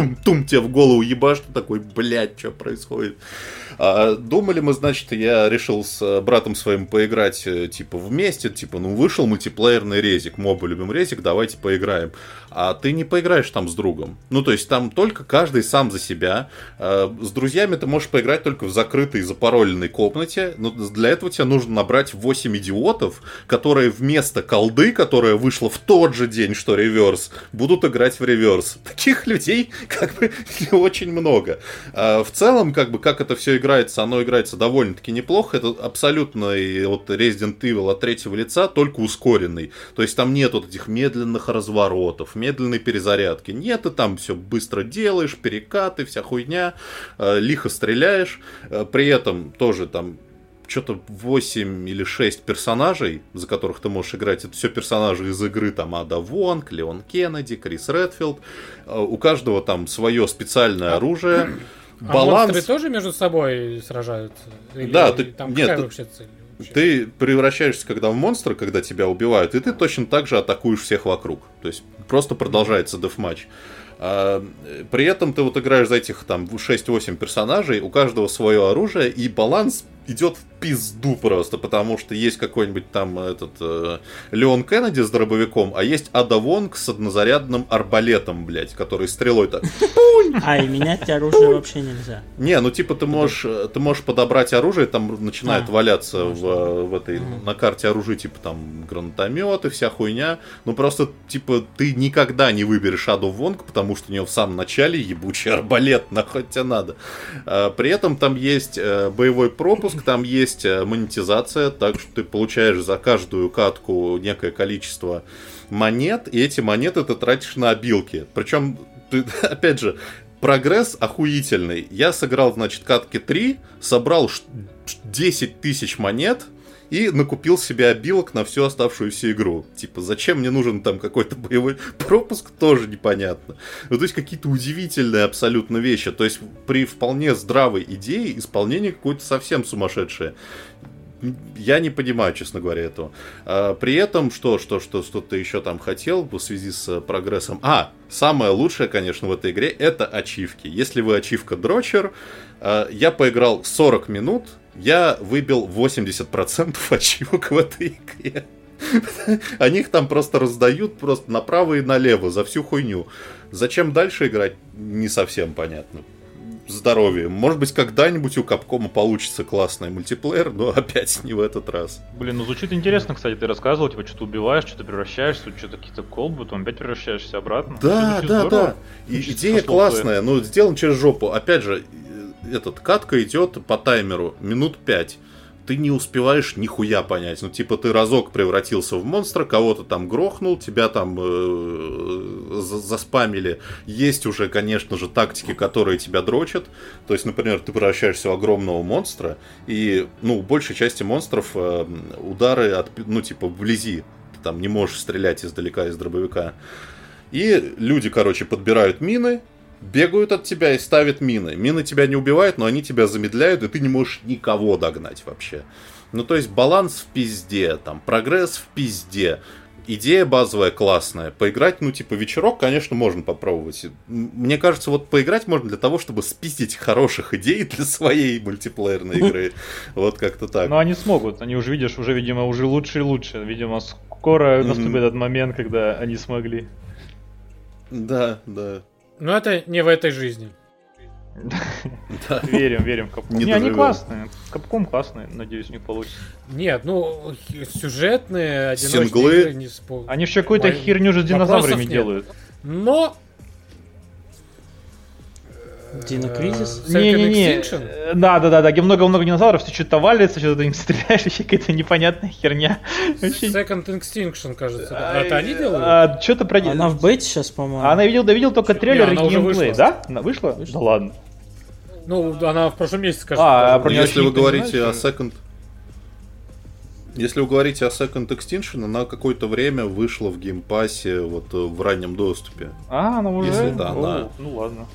тебе в голову ебашь, ты такой, блядь, что происходит? Думали мы, значит, я решил с братом своим поиграть, типа, вместе, типа, ну, вышел мультиплеерный резик, мы оба любим резик, давайте поиграем. А ты не поиграешь там с другом. Ну, то есть, там только каждый сам за себя. С друзьями ты можешь поиграть только в закрытой запароленной комнате, но для этого тебе нужно набрать 8 идиотов, которые вместо колды, которая вышла в тот же день, что реверс, будут играть в реверс. Таких людей, как бы, очень много. В целом, как бы, как это все играется, оно играется довольно-таки неплохо. Это абсолютно вот Resident Evil от третьего лица, только ускоренный. То есть там нет вот этих медленных разворотов, медленной перезарядки. Нет, ты там все быстро делаешь, перекаты, вся хуйня, лихо стреляешь. При этом тоже там что-то 8 или 6 персонажей, за которых ты можешь играть. Это все персонажи из игры, там, Ада Вонг, Леон Кеннеди, Крис Редфилд. У каждого там свое специальное оружие. Баланс... монстры тоже между собой сражаются? Или да, там какая вообще цель? Ты превращаешься, когда в монстра, когда тебя убивают, и ты точно так же атакуешь всех вокруг. То есть просто продолжается дефматч. При этом ты вот играешь за этих там 6-8 персонажей, у каждого свое оружие, и баланс идет в пизду просто, потому что есть какой-нибудь там этот Леон Кеннеди с дробовиком, а есть Ада Вонг с однозарядным арбалетом, блядь, который стрелой так... И менять оружие вообще нельзя. Не, ну типа ты можешь подобрать оружие, там начинает валяться в этой на карте оружия, типа там гранатомет и вся хуйня. Ну просто типа ты никогда не выберешь Аду Вонг, потому что у нее в самом начале ебучий арбалет, нахуй тебе надо. При этом там есть боевой пропуск, там есть монетизация, так что ты получаешь за каждую катку некое количество монет, и эти монеты ты тратишь на обилки. Причем, опять же, прогресс охуительный. Я сыграл, значит, катки 3, собрал 10 тысяч монет и накупил себе обилок на всю оставшуюся игру. Типа, зачем мне нужен там какой-то боевой пропуск, тоже непонятно. Ну, то есть, какие-то удивительные абсолютно вещи. То есть, при вполне здравой идее исполнение какое-то совсем сумасшедшее. Я не понимаю, честно говоря, этого. При этом, что ты еще там хотел в связи с прогрессом? Самое лучшее, конечно, в этой игре — это ачивки. Если вы ачивка-дрочер, я поиграл 40 минут, я выбил 80% ачивок в этой игре. Они их там просто раздают просто направо и налево за всю хуйню. Зачем дальше играть, не совсем понятно. Здоровье. Может быть, когда-нибудь у Капкома получится классный мультиплеер, но опять не в этот раз. Блин, ну звучит интересно, кстати, ты рассказывал, типа, что-то убиваешь, что-то превращаешься, что-то какие-то колбы, потом опять превращаешься обратно. Да. Идея классная, но сделан через жопу. Опять же, катка идет по таймеру минут 5. Ты не успеваешь нихуя понять. Ну, типа, ты разок превратился в монстра, кого-то там грохнул, тебя там заспамили. Есть уже, конечно же, тактики, которые тебя дрочат. То есть, например, ты превращаешься в огромного монстра, и, у большей части монстров удары, вблизи. Ты там не можешь стрелять издалека из дробовика. И люди, подбирают мины, бегают от тебя и ставят мины. Мины тебя не убивают, но они тебя замедляют, и ты не можешь никого догнать вообще. Ну, то есть, баланс в пизде, там, прогресс в пизде. Идея базовая классная. Поиграть, вечерок, конечно, можно попробовать. Мне кажется, поиграть можно для того, чтобы спиздить хороших идей для своей мультиплеерной игры. Вот как-то так. Но они смогут. Они уже, видимо, уже лучше и лучше. Видимо, скоро наступит этот момент, когда они смогли. Да. Но это не в этой жизни. Верим в Капком. Не, они классные. Капком классные, надеюсь, у них получится. Нет, сюжетные, одиночные игры не спорю. Они все какую-то херню же с динозаврами делают. Но... Динокризис? Не. Да, где много-много динозавров, все что-то валится, что-то им стреляешь, вообще какая-то непонятная херня. Second Extinction, кажется. Это они делают? Что-то про... Она в бете сейчас, по-моему. Она видел только трейлер и геймплей, да? Она вышла? Да ладно. Она в прошлом месяце, кажется. Если вы говорите о Second... Если вы говорите о Second Extinction, она какое-то время вышла в геймпассе в раннем доступе. Она уже? Если да, она... Ну ладно.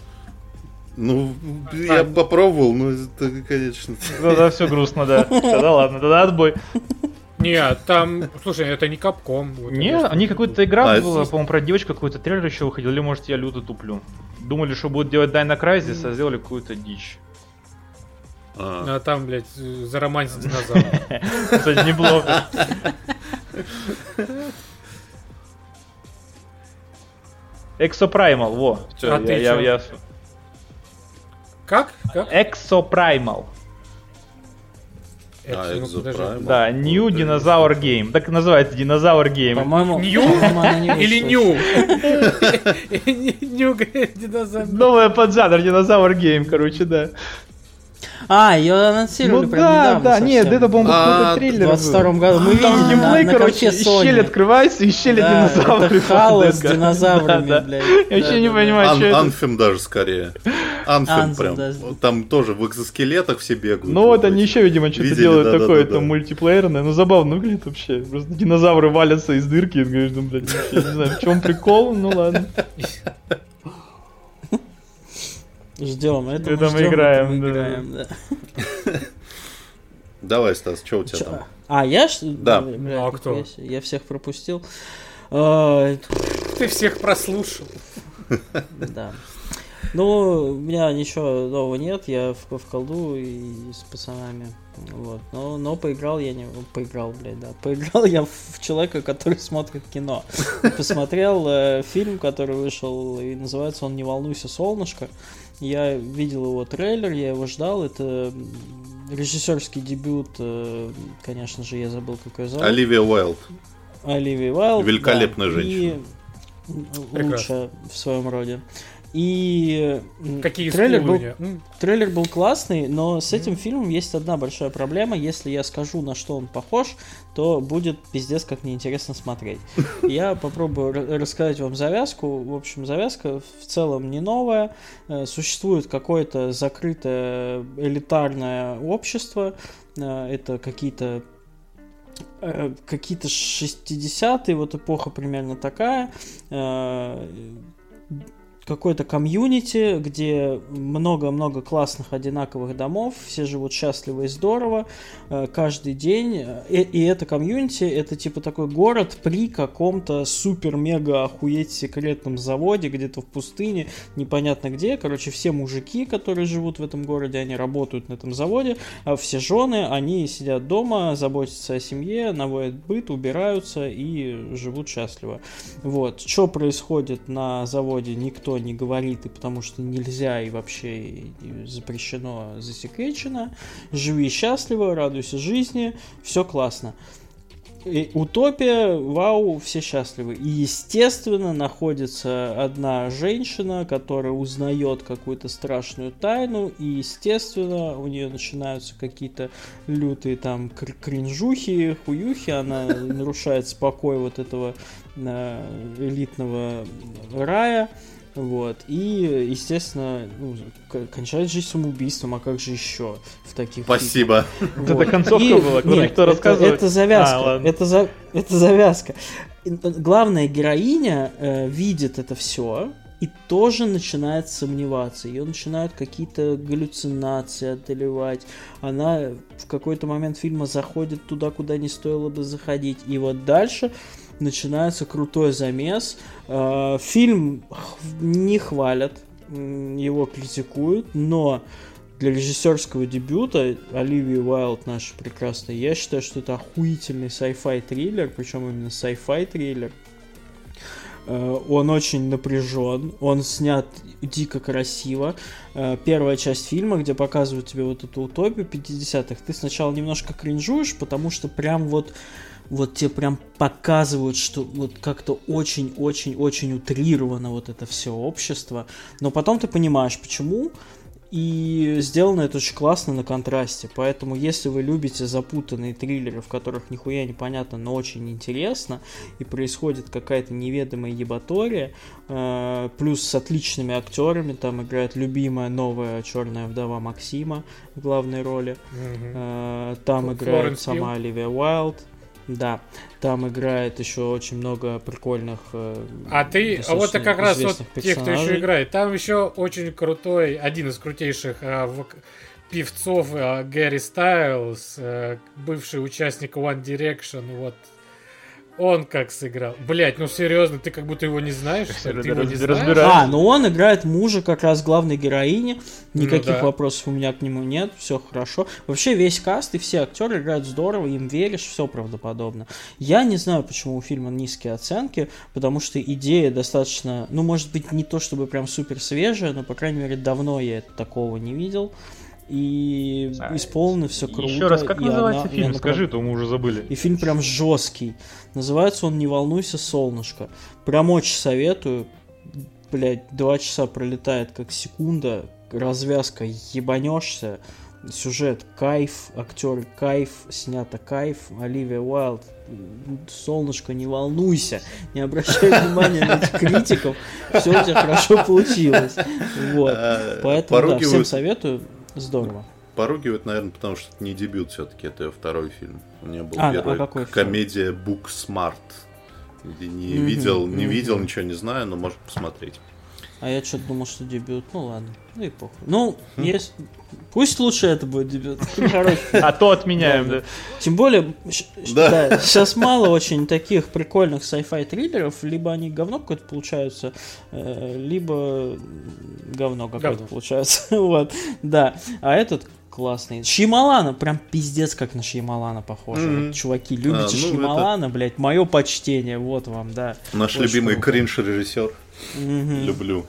Я попробовал, но это, конечно... Да, все грустно, да. Да ладно, тогда отбой. Нет, там, слушай, это не Капком. Не, они какая-то игра была, по-моему, про девочку какой-то трейлер еще выходил, или может я люто туплю. Думали, что будут делать Dino Crisis, а сделали какую-то дичь. А там, блядь, за романс динозавров. Кстати, неплохо. Exoprimal, во. Всё, А ты чё? я... Как? Exoprimal. Exoprimal. Да, New Dinosaur Game. Так и называется, Dinosaur Game. По-моему, Нью? она не Или вышла. Нью? Нью динозавр. Новый поджанр Dinosaur Game, короче, да. А, ее анонсировали Ну прям да, недавно да, совсем. нет, это, по-моему, В какой-то трейлер был. 22 году. Мы Там видели геймплей, на короче, компе и Sony. щель открывается, и щель Да, динозавры. это хаос с падают. динозаврами, Да, да. блядь. Я вообще не Да. понимаю, что это. Анфем даже скорее. Анфем Anthem, прям. да. Там тоже в экзоскелетах все бегают. Ну вот они еще, видимо, что-то Видели, делают да, да, такое, да, да. там мультиплеерное, ну забавно выглядит вообще. Просто динозавры валятся из дырки, и говоришь, ну, блядь, вообще не знаю, в чем прикол, ну ладно. Ждем, это Это мы ждем, играем, да. играем, да. Давай, Стас, что у тебя там? А, я что? Да. Ну, а кто? Я всех пропустил. А, Ты всех прослушал. Да. Ну, у меня ничего нового нет, я в колду и с пацанами. Вот. Но поиграл я не. Поиграл, блядь, да. Поиграл я в человека, который смотрит кино. Посмотрел фильм, который вышел, и называется он «Не волнуйся, солнышко». Я видел его трейлер, я его ждал. Это режиссерский дебют, конечно же, я забыл, как ее зовут. Оливия Уайлд. Оливия Уайлд. Великолепная да, женщина. И лучшая в своем роде. И Какие трейлер скулы был, у неё? трейлер был классный, но с этим фильмом есть одна большая проблема. Если я скажу, на что он похож, то будет пиздец как неинтересно смотреть. Я попробую рассказать вам завязку. В общем, завязка в целом не новая. Существует какое-то закрытое элитарное общество. Это какие-то 60-е, вот эпоха примерно такая. Какое-то комьюнити, где много-много классных одинаковых домов, все живут счастливо и здорово, каждый день. И это комьюнити, это типа такой город при каком-то супер-мега-охуеть секретном заводе, где-то в пустыне, непонятно где. Короче, все мужики, которые живут в этом городе, они работают на этом заводе, а все жены, они сидят дома, заботятся о семье, наводят быт, убираются и живут счастливо. Вот. Что происходит на заводе, никто не говорит, и потому что нельзя, и вообще запрещено, засекречено. Живи счастливо, радуйся жизни, все классно. И утопия, вау, все счастливы. И, естественно, находится одна женщина, которая узнает какую-то страшную тайну, и, естественно, у нее начинаются какие-то лютые там кринжухи, хуюхи, она нарушает спокой вот этого элитного рая. Вот. И, естественно, кончает жизнь самоубийством, а как же еще в таких... Спасибо. Вот. Это концовка была, которую никто рассказывает. Это завязка. Это завязка. Главная героиня видит это все и тоже начинает сомневаться. Ее начинают какие-то галлюцинации одолевать. Она в какой-то момент фильма заходит туда, куда не стоило бы заходить. И вот дальше начинается крутой замес. Фильм не хвалят, его критикуют, но для режиссерского дебюта Оливии Уайлд наша прекрасная, я считаю, что это охуительный sci-fi триллер, причем именно sci-fi триллер. Он очень напряжен, он снят дико красиво. Первая часть фильма, где показывают тебе вот эту утопию 50-х, ты сначала немножко кринжуешь, потому что прям вот тебе прям показывают, что вот как-то очень-очень-очень утрировано вот это все общество. Но потом ты понимаешь, почему. И сделано это очень классно на контрасте. Поэтому, если вы любите запутанные триллеры, в которых нихуя не понятно, но очень интересно, и происходит какая-то неведомая ебатория, плюс с отличными актерами, там играет любимая новая черная вдова Максима в главной роли, там играет сама Оливия Уайлд. Да, там играет еще очень много прикольных. А вот как раз вот те, кто еще играет. Там еще очень крутой, один из крутейших певцов Гэри Стайлз, бывший участник One Direction. Вот Он как сыграл. Блять, ну серьезно, ты как будто его не знаешь. Ты его не знаешь? Разбираешься. Ну он играет мужа как раз главной героини. Никаких Ну да. вопросов у меня к нему нет, все хорошо. Вообще весь каст и все актеры играют здорово, им веришь, все правдоподобно. Я не знаю, почему у фильма низкие оценки, потому что идея достаточно, ну может быть не то чтобы прям супер свежая, но по крайней мере давно я такого не видел. И исполнено все круто. Еще раз, как и называется она- и фильм? она Скажи, то мы уже забыли. И фильм прям жесткий. Называется он «Не волнуйся, солнышко». Прям очень советую. Блять, 2 часа пролетает как секунда. Развязка ебанешься. Сюжет кайф, актеры кайф, снято кайф. Оливия Уайлд, солнышко, не волнуйся. Не обращай внимания на этих критиков. Все у тебя хорошо получилось. Вот. Поэтому да, всем советую. Здорово. Поругивают, наверное, потому что это не дебют все-таки, это ее второй фильм. У нее был какой первый фильм? комедия Booksmart. Не видел, ничего не знаю, но можно посмотреть. А я что-то думал, что дебют. Ну ладно, ну и похуй. Ну, есть... Пусть лучше это будет дебют. Хороший фильм. А то отменяем, да. Тем более, Да. сейчас мало очень таких прикольных sci-fi триллеров. Либо они говно какое-то получаются, либо говно какое-то получается. Вот, да. А этот классный. Шьямалана, прям пиздец, как на Шьямалана похоже. Вот, чуваки, любите Шьямалана, блядь, мое почтение, вот вам, да. Наш Очень любимый круто. кринж-режиссер. Люблю.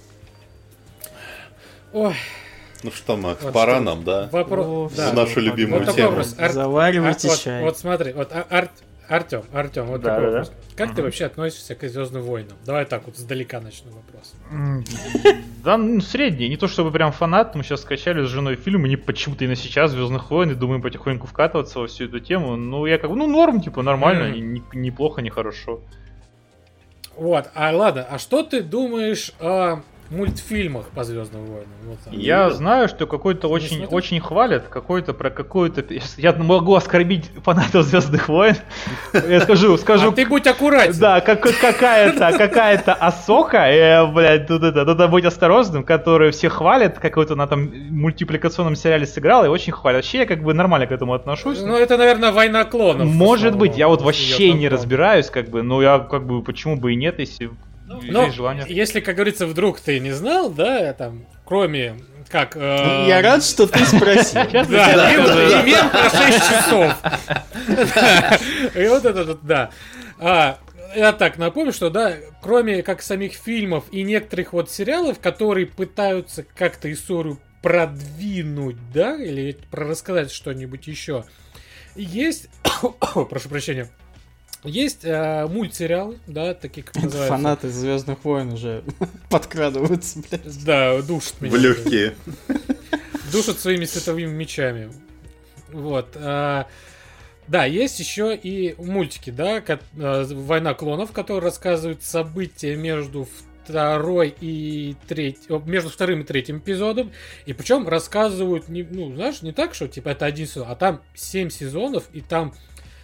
Ой, Ну что, Макс, Вот пора что. нам, да? вопрос. О, Да. В нашу любимую Вот такой тему. вопрос. Заваривайте вот, чай. вот смотри, вот Артем, вот Да, такой да, вопрос. Как ты вообще относишься к Звездным войнам? Давай так вот издалека начну вопрос. Да, ну, средний. Не то чтобы прям фанат. Мы сейчас скачали с женой фильм, и не почему-то и на сейчас «Звездных войн», и думаем потихоньку вкатываться во всю эту тему. Ну, я как бы, ну, норм, типа, нормально, неплохо, не хорошо. Вот, ладно, а что ты думаешь о мультфильмах по Звездным войнам? Вот там. Я знаю, что какой-то очень, смотрел? очень хвалят, какой-то про какой-то... Я могу оскорбить фанатов «Звездных войн». Я скажу... А ты будь аккуратен. Да, какая-то Асока, блядь, тут это, надо быть осторожным, которую все хвалят, какой-то на там мультипликационном сериале сыграла и очень хвалят. Вообще я как бы нормально к этому отношусь. Ну, это, наверное, «Война клонов». Может быть, я вот Если вообще её не там- разбираюсь, как бы, но я как бы, почему бы и нет, если Ну, есть желание. если, как говорится, вдруг ты не знал, да, там, кроме, как... Я рад, что ты спросил. Да, и вот и мем про 6 часов. Да, и вот это вот, да. Я так напомню, что, да, кроме как самих фильмов и некоторых вот сериалов, которые пытаются как-то историю продвинуть, да, или рассказать что-нибудь еще, есть, прошу прощения, есть мультсериалы, да, такие, как называются. Фанаты Звездных войн уже подкрадываются, блядь. Да, душат меня. В легкие. Душат своими световыми мечами. Вот. Да, есть еще и мультики, да, «Война клонов», которые рассказывают события между вторым и третьим эпизодом. И причем рассказывают, ну, знаешь, не так, что типа это один сезон, а там 7 сезонов, и там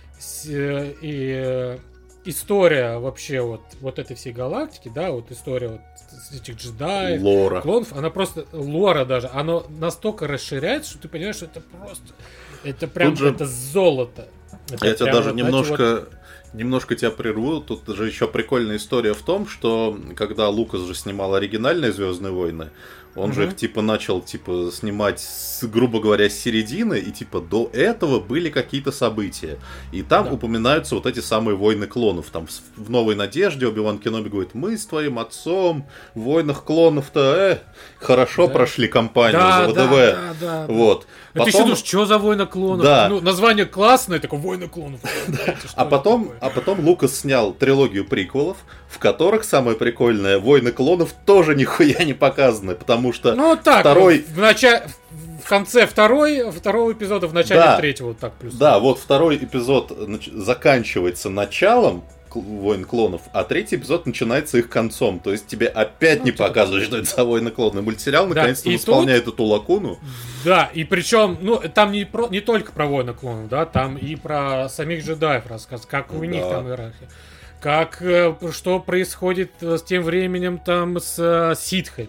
история вообще вот этой всей галактики, да, вот история вот этих джедаев, Лора. клонов, она просто, лора даже, оно настолько расширяется, что ты понимаешь, что это просто, это прям, Тут же- это золото. Это Я тебя прям, даже вот, знаете, вот- немножко тебя прерву. Тут же еще прикольная история в том, что когда Лукас же снимал оригинальные «Звездные войны», он же их типа начал типа снимать, грубо говоря, с середины, и типа до этого были какие-то события. И там упоминаются вот эти самые «Войны клонов». Там в «Новой надежде» Оби-Ван Кеноби говорит: мы с твоим отцом в «Войнах клонов»-то хорошо прошли кампанию Да, за да, ВДВ. да. Вот. А ты сидишь, что за «Война клонов»? Да. Ну, название классное, такое «Война клонов». А потом Лукас снял трилогию приквелов, в которых самое прикольное, «Войны клонов» тоже нихуя не показаны, потому что Ну, так, второй... в конце второго эпизода, в начале Да. третьего, вот так плюс. Да, вот второй эпизод заканчивается началом «Войн клонов», а третий эпизод начинается их концом. То есть тебе опять не показывают, что это за «Войны клонов». Мультсериал наконец-то и восполняет эту лакуну. Да, и причем, ну, там не только про «Войны клонов», да, там и про самих джедаев рассказ, как у них там иерархия. Как, что происходит с тем временем там с ситхами.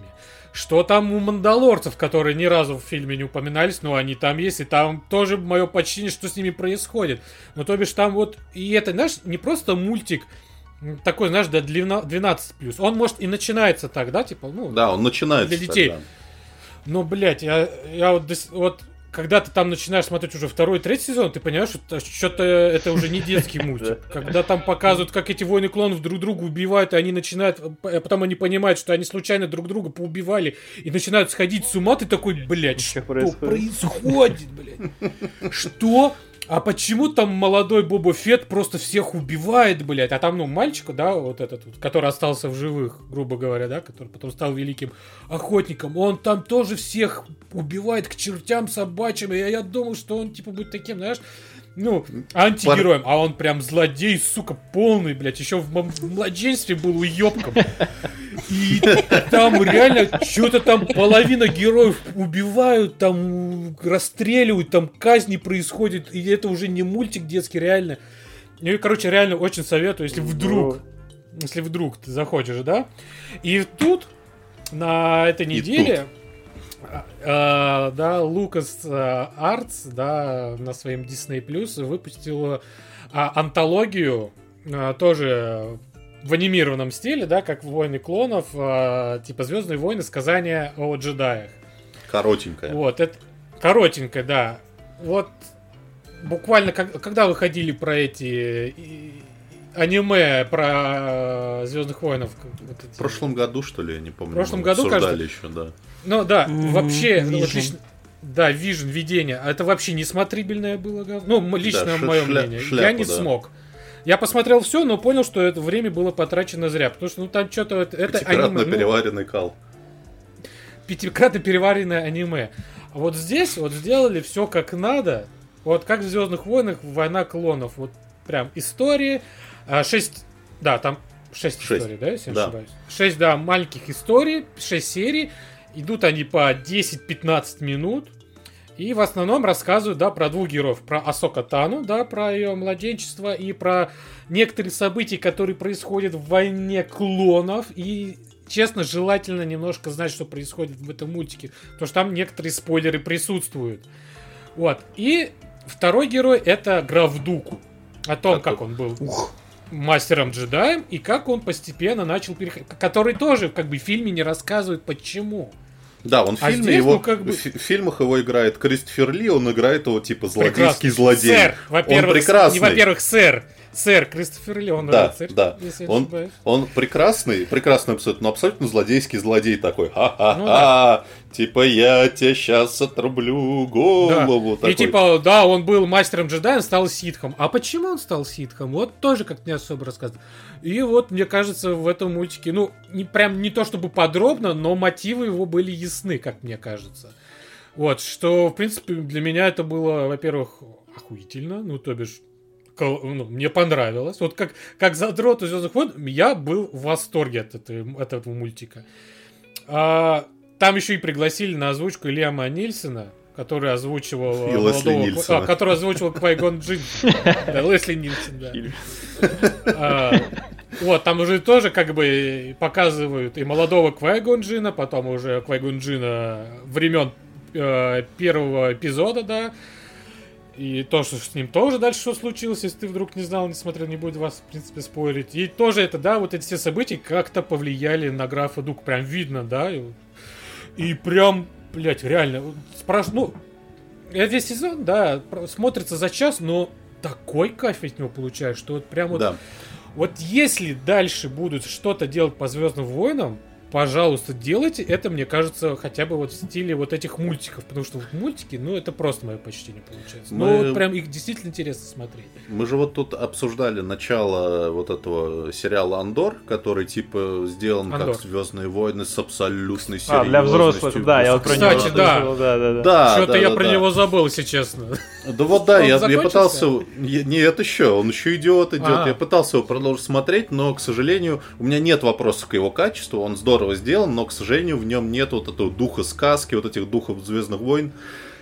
Что там у мандалорцев, которые ни разу в фильме не упоминались, но они там есть, и там тоже мое почтение, что с ними происходит. Ну, то бишь, там вот, и это, знаешь, не просто мультик такой, знаешь, до 12+. Он, может, и начинается так, да, типа, ну... Да, он начинается для детей. Тогда. Но, блядь, я вот когда ты там начинаешь смотреть уже 2-й, 3-й сезон, ты понимаешь, что что-то это уже не детский мультик. Когда там показывают, как эти войны клонов друг друга убивают, и они начинают, а потом они понимают, что они случайно друг друга поубивали, и начинают сходить с ума, ты такой, блядь, что происходит, блядь? Что? А почему там молодой Боба Фетт просто всех убивает, блядь? А там, ну, мальчика, да, вот этот, который остался в живых, грубо говоря, да, который потом стал великим охотником, он там тоже всех убивает к чертям собачьим, и я думал, что он, типа, будет таким, знаешь, ну, антигероем, а он прям злодей, сука, полный, блядь, еще в младенчестве был уёбком. И там реально что-то там половина героев убивают, там расстреливают, там казни происходят, и это уже не мультик детский, реально. Ну и, короче, реально очень советую, если вдруг ты захочешь, да. И тут, на этой неделе... да, Lucas Arts, да, на своем Disney Plus выпустил антологию, тоже в анимированном стиле, да, как «Войны клонов», типа «Звездные войны. Сказания о джедаях». Коротенькая. Вот, это коротенькая, да. Вот буквально, когда выходили про эти аниме про Звездных воинов? Вот эти... В прошлом году, что ли, я не помню. В прошлом году, кажется. Еще, да. Ну да, вообще, отлично. Да, Vision, видение. Это вообще несмотрибельное было. Ну, лично мое мнение. Я не смог. Я посмотрел все, но понял, что это время было потрачено зря. Потому что, ну, там что-то... Это пятикратно переваренный кал. Пятикратно переваренное аниме. А вот здесь вот сделали все как надо. Вот как в «Звездных войнах» «Война клонов». Вот прям истории. 6... Да, там 6 историй, да, если я не ошибаюсь? 6, да, маленьких историй, 6 серий. Идут они по 10-15 минут. И в основном рассказывают, да, про двух героев. Про Асока Тану, да, про ее младенчество. И про некоторые события, которые происходят в «Войне клонов». И, честно, желательно немножко знать, что происходит в этом мультике. Потому что там некоторые спойлеры присутствуют. Вот. И второй герой — это Граф Дуку. О том, как он был мастером-джедаем. И как он постепенно начал переходить. Который тоже, как бы, в фильме не рассказывает, почему. Да, он в фильме здесь, его, ну, как бы... в фильмах его играет Кристофер Ли, он играет его типа злодейский злодей. Сэр, во-первых, он прекрасный. Не во-первых, сэр Кристофер Ли, он да, рыцарь, да. Он прекрасный абсолютно, но абсолютно злодейский злодей такой. Ха-ха-ха, ну, да. Типа я тебе сейчас отрублю голову. Да. И типа, да, он был мастером джедаем, стал ситхом. А почему он стал ситхом? Вот тоже как-то не особо рассказывают. И вот, мне кажется, в этом мультике, ну, не то чтобы подробно, но мотивы его были ясны, как мне кажется. Вот, что, в принципе, для меня это было, во-первых, охуительно, ну, то бишь, ну, мне понравилось. Вот как задрот из «Звездных войн», я был в восторге от этого мультика. Там еще и пригласили на озвучку Лиама Нильсона, который озвучивал Квай-Гон Джинн. Да, Лесли Нильсон, да. Вот, там уже тоже как бы показывают и молодого Квай-Гон Джинна, потом уже Квай-Гон Джинна времен первого эпизода, да. И то, что с ним тоже дальше что случилось, если ты вдруг не знал, не смотрел, не будет вас, в принципе, спойлерить. И тоже это, да, вот эти все события как-то повлияли на графа Дука. Прям видно, да. И прям, блядь, реально, ну, весь сезон, да, смотрится за час, но такой кайф от него получаешь, что вот прям вот... Да. Вот если дальше будут что-то делать по «Звездным войнам», пожалуйста, делайте это, мне кажется, хотя бы вот в стиле вот этих мультиков, потому что вот мультики, ну, это просто мое почтение получается. Ну, вот прям их действительно интересно смотреть. Мы же вот тут обсуждали начало вот этого сериала «Андор», который, типа, сделан как «Звездные войны» с абсолютной серьезностью. Для взрослых, да, я вот про него слышал. Кстати, да. Что-то я про него забыл, если честно. Да вот да, я пытался... Нет, еще, он еще идет. Я пытался его продолжить смотреть, но, к сожалению, у меня нет вопросов к его качеству, он здорово сделан, но, к сожалению, в нем нет вот этого духа сказки, вот этих духов «Звездных войн».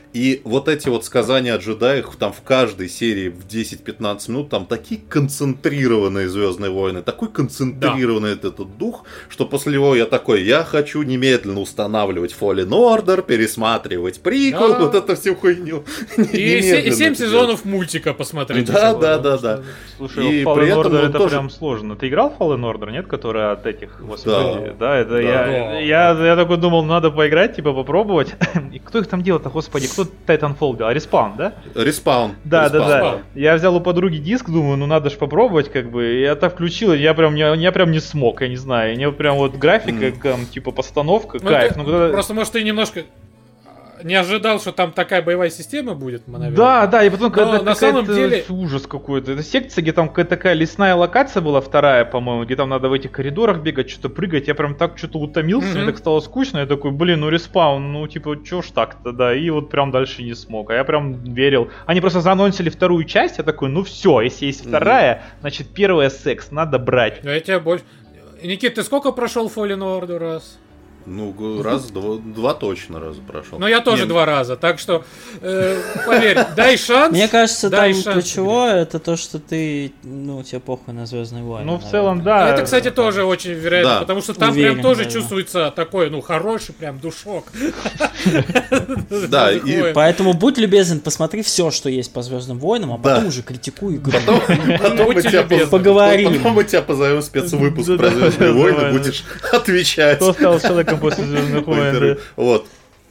И вот эти вот сказания о джедаях, там в каждой серии в 10-15 минут, там такие концентрированные Звездные войны, такой концентрированный этот дух, что после него я такой, я хочу немедленно устанавливать Fallen Order, пересматривать приквел, вот эту всю хуйню. И 7 сезонов мультика посмотреть. Да. Слушай, Fallen Order это прям сложно. Ты играл в Fallen Order, нет? Которая от этих, господи, да, это я такой думал, надо поиграть, типа попробовать. И кто их там делал-то, господи, кто Titanfall делал? Respawn, да? Respawn. Да. Я взял у подруги диск, думаю, ну надо же попробовать, как бы. И я так включил, и я прям не смог, я не знаю. Мне прям вот графика, типа постановка, кайф. Просто, может, ты немножко не ожидал, что там такая боевая система будет, наверное. Да, и потом когда на самом деле ужас какой-то. Это секция, где там какая-то такая лесная локация была, вторая, по-моему, где там надо в этих коридорах бегать, что-то прыгать. Я прям так что-то утомился, мне так стало скучно. Я такой, блин, ну Респаун, ну типа, чё ж так-то, да. И вот прям дальше не смог. А я прям верил. Они просто заанонсили вторую часть, я такой, ну все, если есть вторая, значит первая секс, надо брать. Я тебя больше... Никит, ты сколько прошел Fallen Order раз? Ну, два точно раза прошел. Но я тоже 2 раза, так что, поверь, дай шанс. Мне кажется, там ключевое это то, что ты, тебе похуй на Звездные войны. Ну, в целом, да. Это, кстати, тоже очень вероятно, потому что там прям тоже чувствуется такой, хороший прям душок. Да, и поэтому будь любезен, посмотри все, что есть по Звездным войнам, а потом уже критикуй игру. Потом поговорим. Потом мы тебя позовем в спецвыпуск про Звездные войны, будешь отвечать. Кто стал человеком после Звездных войн? Вот.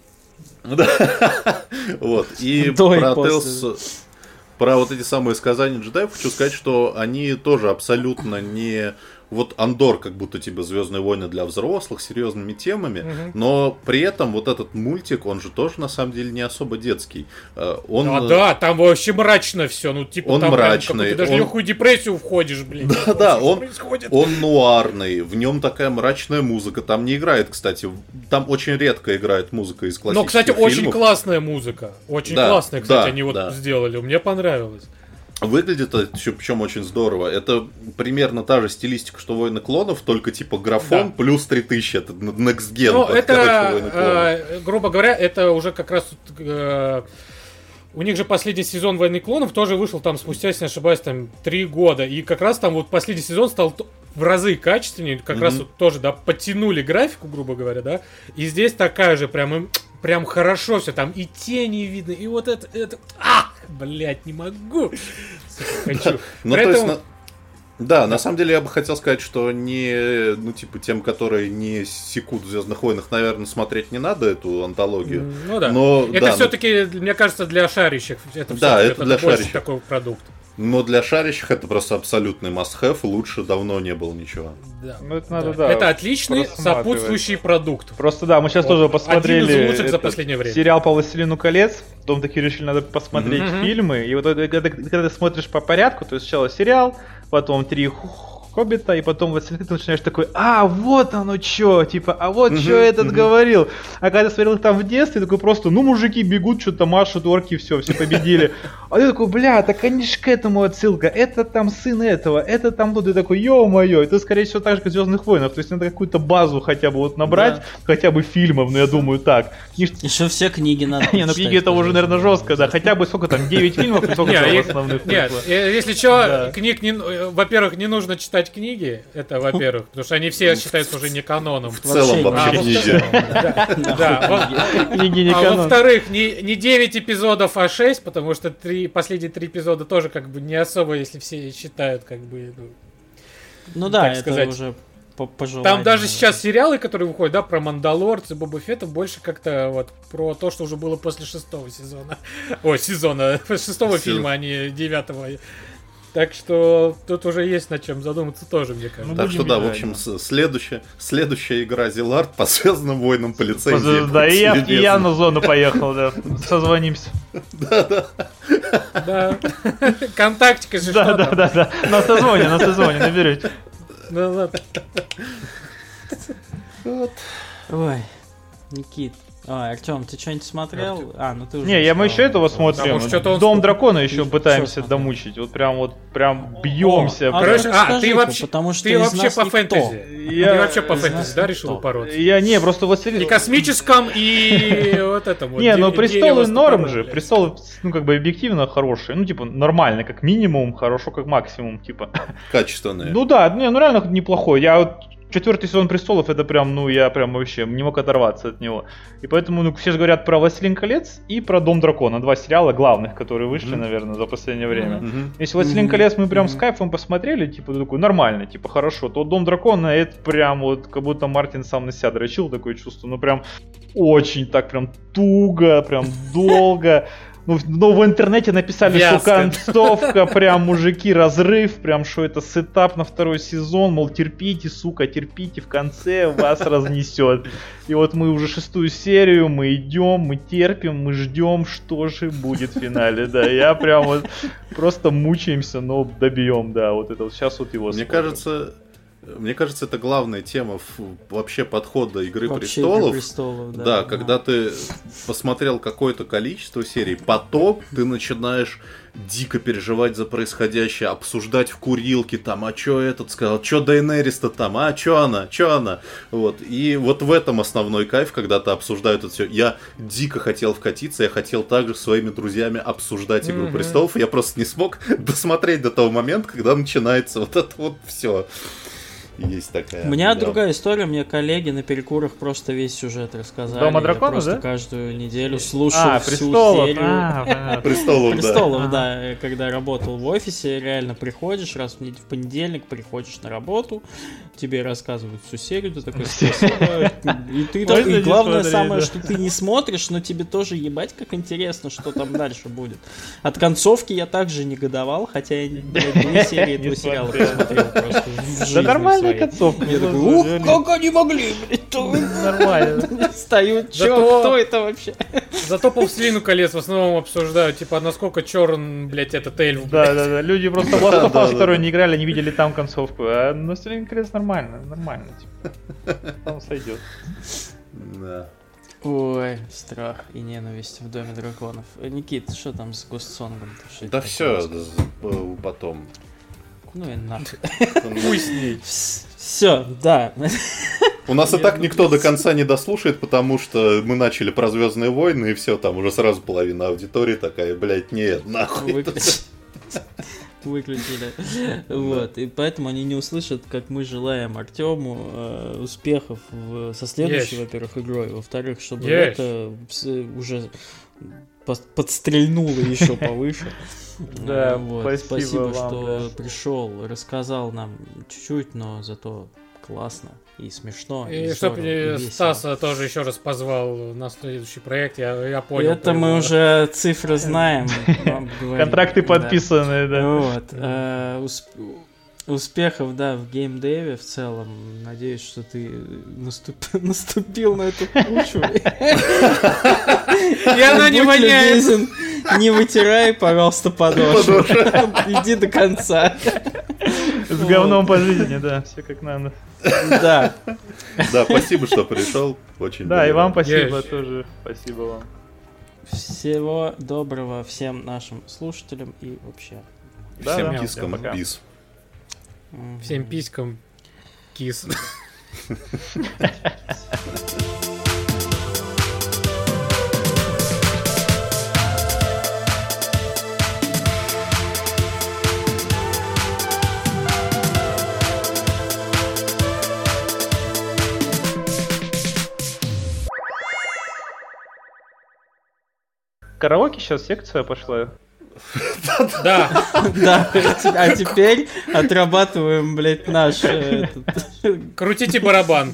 Вот. И про вот эти самые сказания джедаев хочу сказать, что они тоже абсолютно не... Вот Андор как будто типа Звездные войны для взрослых, серьезными темами, но при этом вот этот мультик, он же тоже на самом деле не особо детский. Да, там вообще мрачно все, он там мрачный, ты даже в легкую депрессию входишь, блин. Да, он нуарный, в нем такая мрачная музыка, там не играет, кстати, там очень редко играет музыка из классических фильмов. Но, кстати, очень классная музыка, классная, кстати, они сделали, мне понравилось. Выглядит это причем очень здорово. Это примерно та же стилистика, что «Войны клонов», только типа графон плюс 3000. Это Next Gen. Ну, это, грубо говоря, это уже как раз... У них же последний сезон «Войны клонов» тоже вышел там спустя, если не ошибаюсь, там 3 года. И как раз там вот последний сезон стал в разы качественнее. Как раз вот тоже, подтянули графику, грубо говоря, да. И здесь такая же прям хорошо все. Там и тени видно, и вот это... Блять, не могу. Хочу. Да, на самом деле я бы хотел сказать, что не, тем, которые не секут в «Звездных войнах», наверное, смотреть не надо эту антологию. Ну да. Но, это все-таки, мне кажется, для шарящих. Это для шарящих. Такой продукт. Но для шарящих это просто абсолютный must-have, лучше давно не было ничего. Да. Ну, это надо, это отличный сопутствующий продукт. Просто да, мы сейчас тоже посмотрели один из лучших за последнее время. Сериал по «Властелину колец», потом такие решили, надо посмотреть фильмы, и вот когда ты смотришь по порядку, то есть сначала сериал, потом 3 «Хоббита», и потом «Властелин», ты начинаешь такой, вот оно чё, типа, чё этот говорил. А когда смотрел их там в детстве, такой просто, мужики бегут, что-то машут, орки, все победили. А ты такой, так они ж к этому отсылка, это там сын этого, это там тут, и такой, ё-моё, это скорее всего так же, как в «Звездных войнах», то есть надо какую-то базу хотя бы вот набрать, хотя бы фильмов, я думаю, так. Еще все книги надо читать. Книги это уже, наверное, жестко, да, хотя бы сколько там, 9 фильмов, и сколько там основных. Нет, если что, книг, во-первых, не нужно читать книги, это во-первых, потому что они все считаются уже не каноном. В целом вообще книги. Книги не канон. А во-вторых, не 9 эпизодов, а 6, потому что последние 3 эпизода тоже как бы не особо, если все считают, как бы... это сказать. Уже по желанию. Там даже сейчас сериалы, которые выходят, про Мандалорца, Боба Фетта, больше как-то вот про то, что уже было после 6-го сезона. Сезона. 6-го фильма, а не 9-го. Так что тут уже есть над чем задуматься тоже, мне кажется. Так что да, в общем, следующая игра Зилард по «Звездным войнам» по лицензии. Да, и я на зону поехал, да. Созвонимся. Да. Контактика же что-то. Да. На созвоне, наберете. Ну ладно. Ой, Никит, Артем, ты что-нибудь смотрел? Ну ты уже Не, мы еще этого смотрим. может, что-то он Дом дракона еще Ты пытаемся что смотрел? домучить. Вот прям бьемся. Короче, расскажите, ты вообще, потому что ты из вообще нас по никто. фэнтези. Я- Ты вообще по из фэнтези, нас да, никто. решил упороться? Я не, просто властелин. И космическом, и вот этом вот. Не, ну дерево престолы с норм топором, же. блядь. Престолы, ну как бы объективно хорошие. Ну типа нормально, как минимум, хорошо как максимум, типа. Качественные. Ну да, ну реально неплохой. Я вот 4-й сезон престолов, это прям, ну я прям вообще не мог оторваться от него. И поэтому, ну все же говорят про Властелин колец и про Дом дракона. 2 сериала главных, которые вышли, наверное, за последнее время. Мгм. Если Властелин колец мы прям с кайфом посмотрели, типа такой нормально, типа хорошо, то Дом дракона это прям вот как будто Мартин сам на себя дрочил, такое чувство, ну прям очень так прям туго, прям долго. Ну, в интернете написали, что Вязко. концовка, прям, мужики, разрыв, прям, что это сетап на 2-й сезон, мол, терпите, сука, терпите, в конце вас разнесет. И вот мы уже 6-ю серию, мы идем, мы терпим, мы ждем, что же будет в финале, да. Я прям вот просто мучаемся, но добьем, да, вот это вот. Сейчас вот его Мне смотрим. кажется, это главная тема вообще подхода Игры Вообще престолов. «Игры престолов», Да, когда ты посмотрел какое-то количество серий, потом ты начинаешь дико переживать за происходящее, обсуждать в курилке там, а чё этот сказал, чё Дейенерис-то там, а чё она, вот. И вот в этом основной кайф, когда ты обсуждаешь это все. Я дико хотел вкатиться, я хотел также с своими друзьями обсуждать Игру престолов, и я просто не смог досмотреть до того момента, когда начинается вот это вот все. Есть такая. У меня да. другая история, мне коллеги на перекурах просто весь сюжет рассказали. Дома Я дракона, просто да? каждую неделю слушал всю престолов. серию. Престолов, Да, когда работал в офисе, реально приходишь раз в понедельник, приходишь на работу, тебе рассказывают всю серию, ты такой, спасибо. И ты Можно такой, не и главное смотреть, самое, да. что ты не смотришь, но тебе тоже ебать как интересно, что там дальше будет. От концовки я также негодовал, хотя я, блядь, 2 серии этого Не сериала смотрел. посмотрел просто в жизни Да нормальная своей. концовка. Я такой, господи, как они могли, блядь, Нормально. встают, чё, Зато- кто это вообще? Зато по «Властелину колец» в основном обсуждают, типа, насколько черн, блядь, этот эльф, блядь. Да. Люди просто в Last of Us 2 не играли, не видели там концовку. А Властелин колец нормально, типа. Там сойдет. Да. Ой, страх и ненависть в Доме драконов. Никит, что там с Гостсонгом? Да все, потом. Ну и нахуй. Хуй с ней. Все, да. У нас и так никто до конца не дослушает, потому что мы начали про Звездные войны, и все, там уже сразу половина аудитории такая, блядь, нет, нахуй. Выключили. Вот. И поэтому они не услышат, как мы желаем Артему успехов со следующей, Есть. во-первых, игрой. Во-вторых, чтобы Есть. это уже подстрельнуло еще повыше. Да, Вот. спасибо вам, что пришел, рассказал нам чуть-чуть, но зато классно и смешно. И здорово, чтоб и весело. Стаса тоже еще раз позвал на следующий проект, я понял. Это мы уже цифры знаем. вам говорим. Контракты Да. подписаны, да. Вот. Успехов, да, в геймдеве в целом. Надеюсь, что ты наступил на эту кучу. И она не Будь воняет. любезен, не вытирай, пожалуйста, подошву. Иди до конца. С говном по жизни, да, все как надо. Да. Да, спасибо, что пришел. Очень Да, и были вам рады. спасибо Есть. тоже. Спасибо вам. Всего доброго всем нашим слушателям и вообще. Да, Всем да. кискам Пока. бис. Всем писькам кис. Караоке сейчас секция пошла. Да. Да, а теперь отрабатываем, блядь, наш этот, Крутите барабан.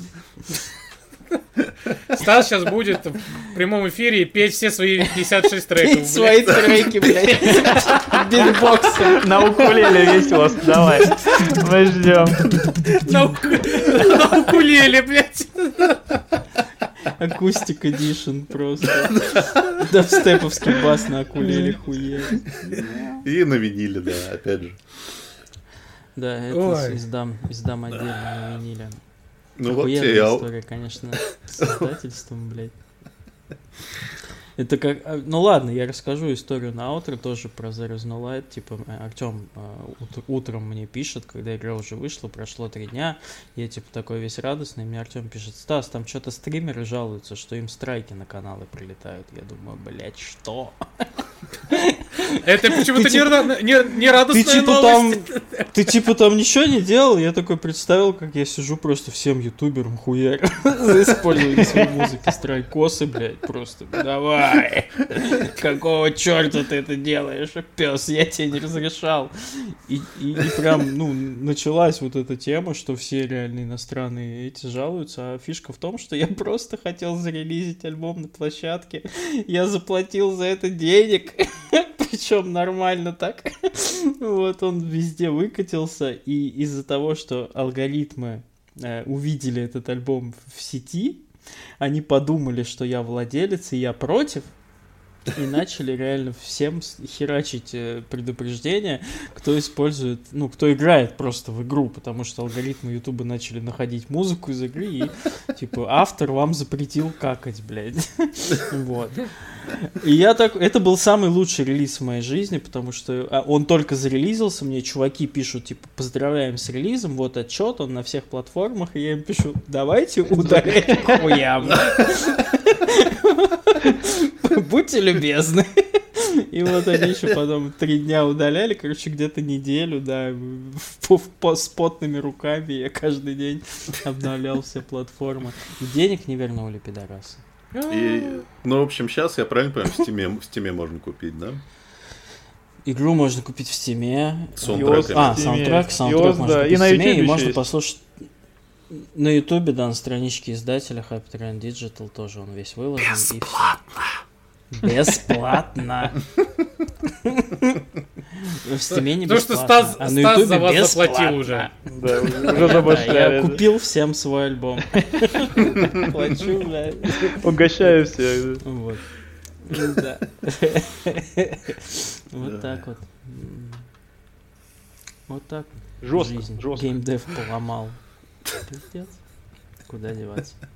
Стас сейчас будет в прямом эфире петь все свои 56 треков. блядь. свои треки, блядь, битбоксом. На укулеле весело, давай. Мы ждем. На укулеле, блядь. Акустик эдишн просто. Дабстеповский бас на акулеле хуе. И на виниле, да, опять же. Да, это Ой. издам отдельно на виниле. Ну вот Охуенная тебе, история, конечно, с издательством, блядь. Это как... Ну ладно, я расскажу историю на аутро тоже про There is no light. Типа, Артем утром мне пишет, когда игра уже вышла, прошло 3 дня. Я типа такой весь радостный. Мне Артем пишет: Стас, там что-то стримеры жалуются, что им страйки на каналы прилетают. Я думаю, блять, что? Это почему-то не радостная новость. Ты типа там ничего не делал? Я такой представил, как я сижу просто всем ютуберам хуярю за использование своей музыки. Страйкосы, блядь, просто. Давай! Какого черта ты это делаешь, пес? Я тебе не разрешал. И прям, ну, началась вот эта тема, что все реально иностранные эти жалуются. А фишка в том, что я просто хотел зарелизить альбом на площадке. Я заплатил за это денег. Причем нормально так. Вот он везде выкатился. И из-за того, что алгоритмы увидели этот альбом в сети, они подумали, что я владелец и я против. И начали реально всем херачить предупреждения, кто использует, ну, кто играет просто в игру, потому что алгоритмы Ютуба начали находить музыку из игры, и, типа, автор вам запретил какать, блядь. Вот. И я так... Это был самый лучший релиз в моей жизни, потому что он только зарелизился, мне чуваки пишут, типа, поздравляем с релизом, вот отчет, он на всех платформах, и я им пишу, давайте удалять хуям. Будьте любезны. И вот они еще потом 3 дня удаляли, короче, где-то неделю, да, с потными руками я каждый день обновлял все платформы. Денег не вернули, пидорасы. Ну, в общем, сейчас, я правильно понимаю, в Стиме можно купить, да? Игру можно купить в Стиме. Саундтрек можно купить и в на Стиме, и YouTube можно есть. послушать на Ютубе, да, на страничке издателя Hype Train Digital тоже он весь выложен. Бесплатно. В Стиме не бесплатно. Потому что Стас за вас заплатил уже. Да, уже забашляли. Я купил всем свой альбом. Плачу, блядь. Угощаю всех. Вот. Да. Вот так вот. Вот так. Жестко, Жизнь. жестко. Геймдев поломал. Пиздец. Куда деваться?